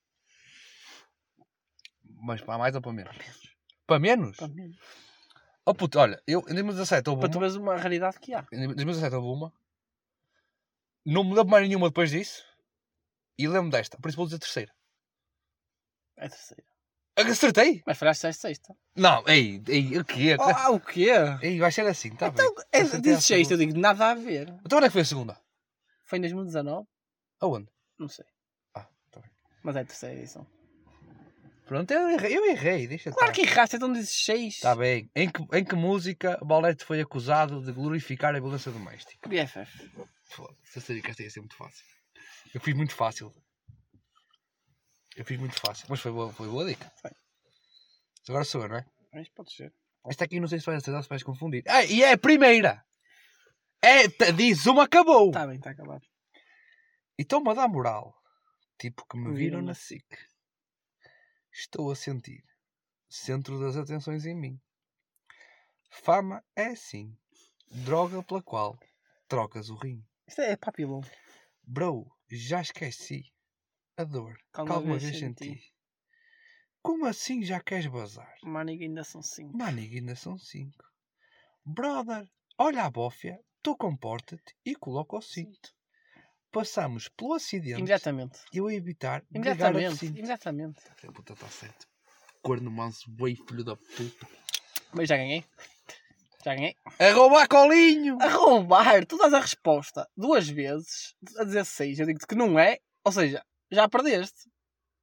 Speaker 2: Mas para mais ou para menos? Para menos?
Speaker 3: Para menos.
Speaker 2: Oh puto, olha, eu em dois mil e dezassete houve
Speaker 3: Para tu
Speaker 2: uma.
Speaker 3: veres uma realidade que há.
Speaker 2: Em dois mil e dezassete houve uma. Não me lembro mais nenhuma depois disso. E lembro desta. Por isso vou dizer terceira.
Speaker 3: É a terceira.
Speaker 2: Acertei?
Speaker 3: Mas falhaste a sexta.
Speaker 2: Não, ei, ei, o quê?
Speaker 3: Ah, o quê?
Speaker 2: Ei, vai ser assim, tá
Speaker 3: Então,
Speaker 2: bem.
Speaker 3: é,
Speaker 2: Acertei a
Speaker 3: dizes sexta, eu
Speaker 2: segunda.
Speaker 3: digo, nada a ver.
Speaker 2: Então onde é que foi a segunda?
Speaker 3: Foi em dois mil e dezanove?
Speaker 2: Aonde?
Speaker 3: Não sei.
Speaker 2: Ah, tá bem.
Speaker 3: Mas é a terceira edição.
Speaker 2: Pronto, eu errei, eu errei deixa
Speaker 3: Claro
Speaker 2: estar.
Speaker 3: que erraste, então dizes seis.
Speaker 2: Está bem. Em que, em que música Balete foi acusado de glorificar a violência doméstica?
Speaker 3: B F F.
Speaker 2: Foda-se, eu sabia que esta ia ser muito fácil. Eu fiz muito fácil. Eu fiz muito fácil. Mas foi boa, foi boa dica.
Speaker 3: Foi.
Speaker 2: Agora sou eu, não é?
Speaker 3: Mas pode ser.
Speaker 2: Esta aqui não sei se vais acertar, se vais confundir. Ah, e é a primeira! É, t- diz uma, acabou!
Speaker 3: Está bem, está acabado.
Speaker 2: E toma da moral. Tipo que me
Speaker 3: Me
Speaker 2: viram
Speaker 3: viram.
Speaker 2: na S I C. Estou a sentir centro das atenções em mim. Fama é assim. Droga pela qual trocas o rim.
Speaker 3: Isto é papilão.
Speaker 2: Bro, já esqueci a dor que
Speaker 3: Calma
Speaker 2: alguma
Speaker 3: vez
Speaker 2: vez
Speaker 3: senti.
Speaker 2: senti. Como assim já queres bazar?
Speaker 3: Maniga ainda são cinco.
Speaker 2: Maniga, ainda são cinco. Brother, olha a bófia, tu comporta-te e coloca o cinto. Passamos pelo acidente.
Speaker 3: Imediatamente.
Speaker 2: Eu a evitar ligar a
Speaker 3: Imediatamente.
Speaker 2: cinto.
Speaker 3: Imediatamente.
Speaker 2: A puta está certo. Corno manso, boi filho da puta.
Speaker 3: Mas já ganhei. Já ganhei.
Speaker 2: A roubar colinho!
Speaker 3: A roubar, tu dás a resposta duas vezes a dizer seis. Eu digo-te que não é. Ou seja, já perdeste.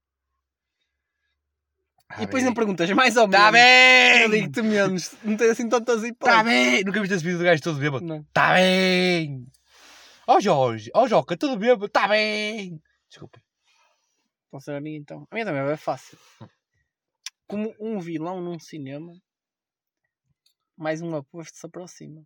Speaker 2: Tá
Speaker 3: e depois
Speaker 2: bem.
Speaker 3: me perguntas mais ou menos.
Speaker 2: Tá bem!
Speaker 3: Eu digo-te menos. Não tem assim tantas
Speaker 2: Tá
Speaker 3: hipóteses.
Speaker 2: bem! Nunca viste esse vídeo do gajo todo bêbado?
Speaker 3: Não.
Speaker 2: Tá bem! Ó Jorge, ó Joca, tudo bêbado? Tá bem! Desculpa.
Speaker 3: Pode ser a minha então. A minha também é fácil. Como um vilão num cinema, mais um aposto se aproxima.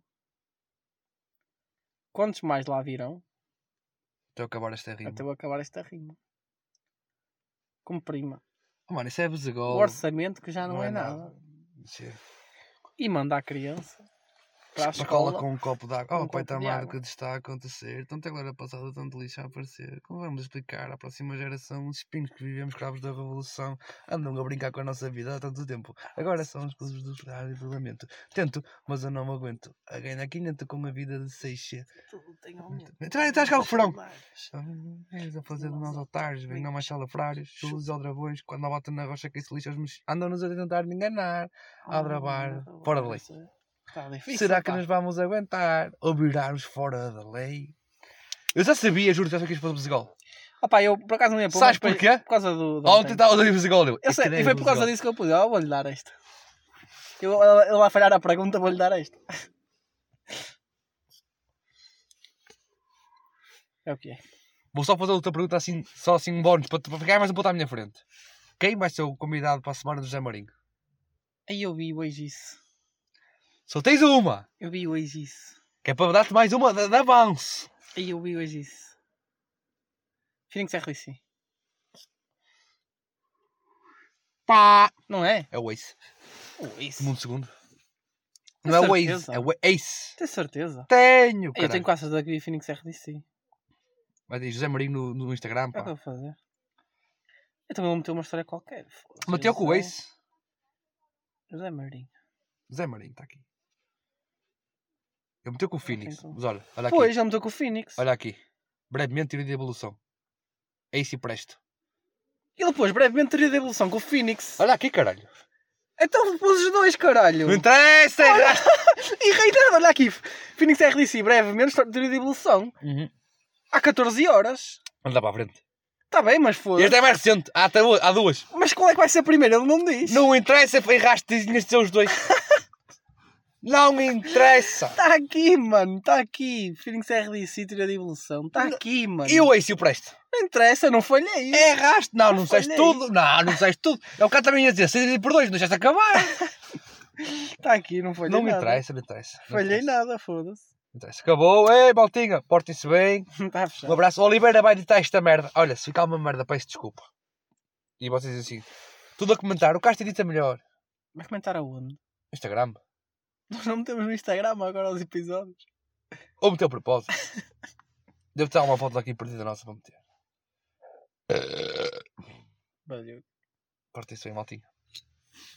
Speaker 3: Quantos mais lá virão
Speaker 2: Estou a acabar esta rima.
Speaker 3: até eu acabar esta rima? Como prima.
Speaker 2: Oh, mano, isso é
Speaker 3: O
Speaker 2: bezegol.
Speaker 3: orçamento que já não, é, nada.
Speaker 2: Isso é-
Speaker 3: E manda a criança para a
Speaker 2: Escola
Speaker 3: escola.
Speaker 2: com um copo de água.
Speaker 3: com
Speaker 2: Oh,
Speaker 3: um
Speaker 2: pai,
Speaker 3: copo
Speaker 2: está
Speaker 3: de
Speaker 2: amado
Speaker 3: água.
Speaker 2: que está a acontecer. Tanta glória passada, tanto lixo a aparecer. Como vamos explicar à próxima geração os espinhos que vivemos escravos da revolução andam a brincar com a nossa vida há tanto tempo. Agora são os clubes do rádio e do lamento. Tento, mas eu não me aguento. A ganhar quinhentos com a vida de seixe.
Speaker 3: Tudo tem aumento.
Speaker 2: Traz traz cá o refrão.
Speaker 3: Saudades.
Speaker 2: És a fazer de nós otários, vem não mais salafrários, chulos e aldrabões, quando a bota na rocha que se lixa os mex... andam-nos a tentar me enganar, a aldrabar, fora da lei.
Speaker 3: Tá difícil,
Speaker 2: Será que
Speaker 3: pá.
Speaker 2: nos vamos aguentar ou virarmos fora da lei? Eu já sabia, juro, já sabia que ias para o Bezegol.
Speaker 3: Ah pá, eu por acaso não ia pôr.
Speaker 2: Sabes
Speaker 3: mas
Speaker 2: porquê?
Speaker 3: Por causa do. do
Speaker 2: Ontem estava a ouvir o Bezegol. Eu,
Speaker 3: Eu sei,
Speaker 2: "Este
Speaker 3: e
Speaker 2: é
Speaker 3: foi
Speaker 2: o
Speaker 3: por causa
Speaker 2: Bezegol."
Speaker 3: disso que eu pude. Eu vou-lhe dar esta. Eu, ele ele vai falhar a pergunta, vou-lhe dar esta. É o que é?
Speaker 2: Vou só fazer outra pergunta assim, só assim um bónus, para, para ficar mais um ponto à minha frente. Quem vai ser o convidado para a semana do José Marinho?
Speaker 3: Aí eu vi hoje isso.
Speaker 2: Só tens uma,
Speaker 3: Eu vi hoje isso.
Speaker 2: que é para dar-te mais uma de, de avanço.
Speaker 3: Aí eu vi hoje isso. Phoenix R D C.
Speaker 2: Pá!
Speaker 3: Não é?
Speaker 2: É o Ace.
Speaker 3: O Ace.
Speaker 2: Segundo segundo.
Speaker 3: Tens
Speaker 2: Não é o Ace,
Speaker 3: certeza?
Speaker 2: é o Ace.
Speaker 3: Tens certeza?
Speaker 2: Tenho,
Speaker 3: Eu
Speaker 2: caralho.
Speaker 3: tenho quase certeza que vi Phoenix R D C.
Speaker 2: Vai dizer José Marinho no, no Instagram,
Speaker 3: O que é que eu
Speaker 2: pá.
Speaker 3: vou fazer? Eu também vou meter uma história qualquer. Foda-se.
Speaker 2: Meteu com o
Speaker 3: José-
Speaker 2: Ace.
Speaker 3: José Marinho.
Speaker 2: José Marinho, está aqui. Eu meteu com o Phoenix.
Speaker 3: então.
Speaker 2: Mas olha, olha aqui.
Speaker 3: Pois, já meteu com o Phoenix.
Speaker 2: Olha aqui. Brevemente teoria de evolução. Ace e Presto.
Speaker 3: Ele depois brevemente teria de evolução com o Phoenix.
Speaker 2: Olha aqui, caralho.
Speaker 3: Então pôs os dois, caralho.
Speaker 2: Não interessa!
Speaker 3: Olha, e reinado, olha aqui. Phoenix R D C brevemente teoria de evolução.
Speaker 2: Uhum.
Speaker 3: Há catorze horas.
Speaker 2: Anda para a frente.
Speaker 3: Está bem, mas foda-se.
Speaker 2: Este é mais recente. Há, até o- há duas.
Speaker 3: Mas qual é que vai ser a primeira? Ele não diz.
Speaker 2: Não interessa, erraste, tinhas de ser os dois. Não interessa.
Speaker 3: Está aqui, mano. Está aqui. Phoenix R D C teoria de evolução. Está aqui, mano.
Speaker 2: E o Ace e o Presto?
Speaker 3: Não interessa, não falhei.
Speaker 2: Erraste. Não, não disseste
Speaker 3: falhei.
Speaker 2: tudo. Não, não disseste tudo. É o que eu também ia dizer. seis por dois, não deixaste acabar.
Speaker 3: Está aqui, não falhei
Speaker 2: Não me
Speaker 3: nada.
Speaker 2: interessa, não interessa. Não
Speaker 3: Falhei
Speaker 2: interessa.
Speaker 3: nada, foda-se.
Speaker 2: Não interessa. Acabou. Ei, Baltinha, portem-se bem.
Speaker 3: Está
Speaker 2: Um
Speaker 3: fechado.
Speaker 2: abraço. O Oliveira vai editar esta merda. Olha, se ficar uma merda, peço desculpa. E vocês assim, tudo a comentar. O Castro edita melhor.
Speaker 3: Vai comentar aonde?
Speaker 2: Instagram.
Speaker 3: Nós não metemos no Instagram agora os episódios.
Speaker 2: Ou meter o propósito. Devo ter uma foto aqui perdida nossa para meter.
Speaker 3: Valeu.
Speaker 2: Partiu-se bem, maltinho.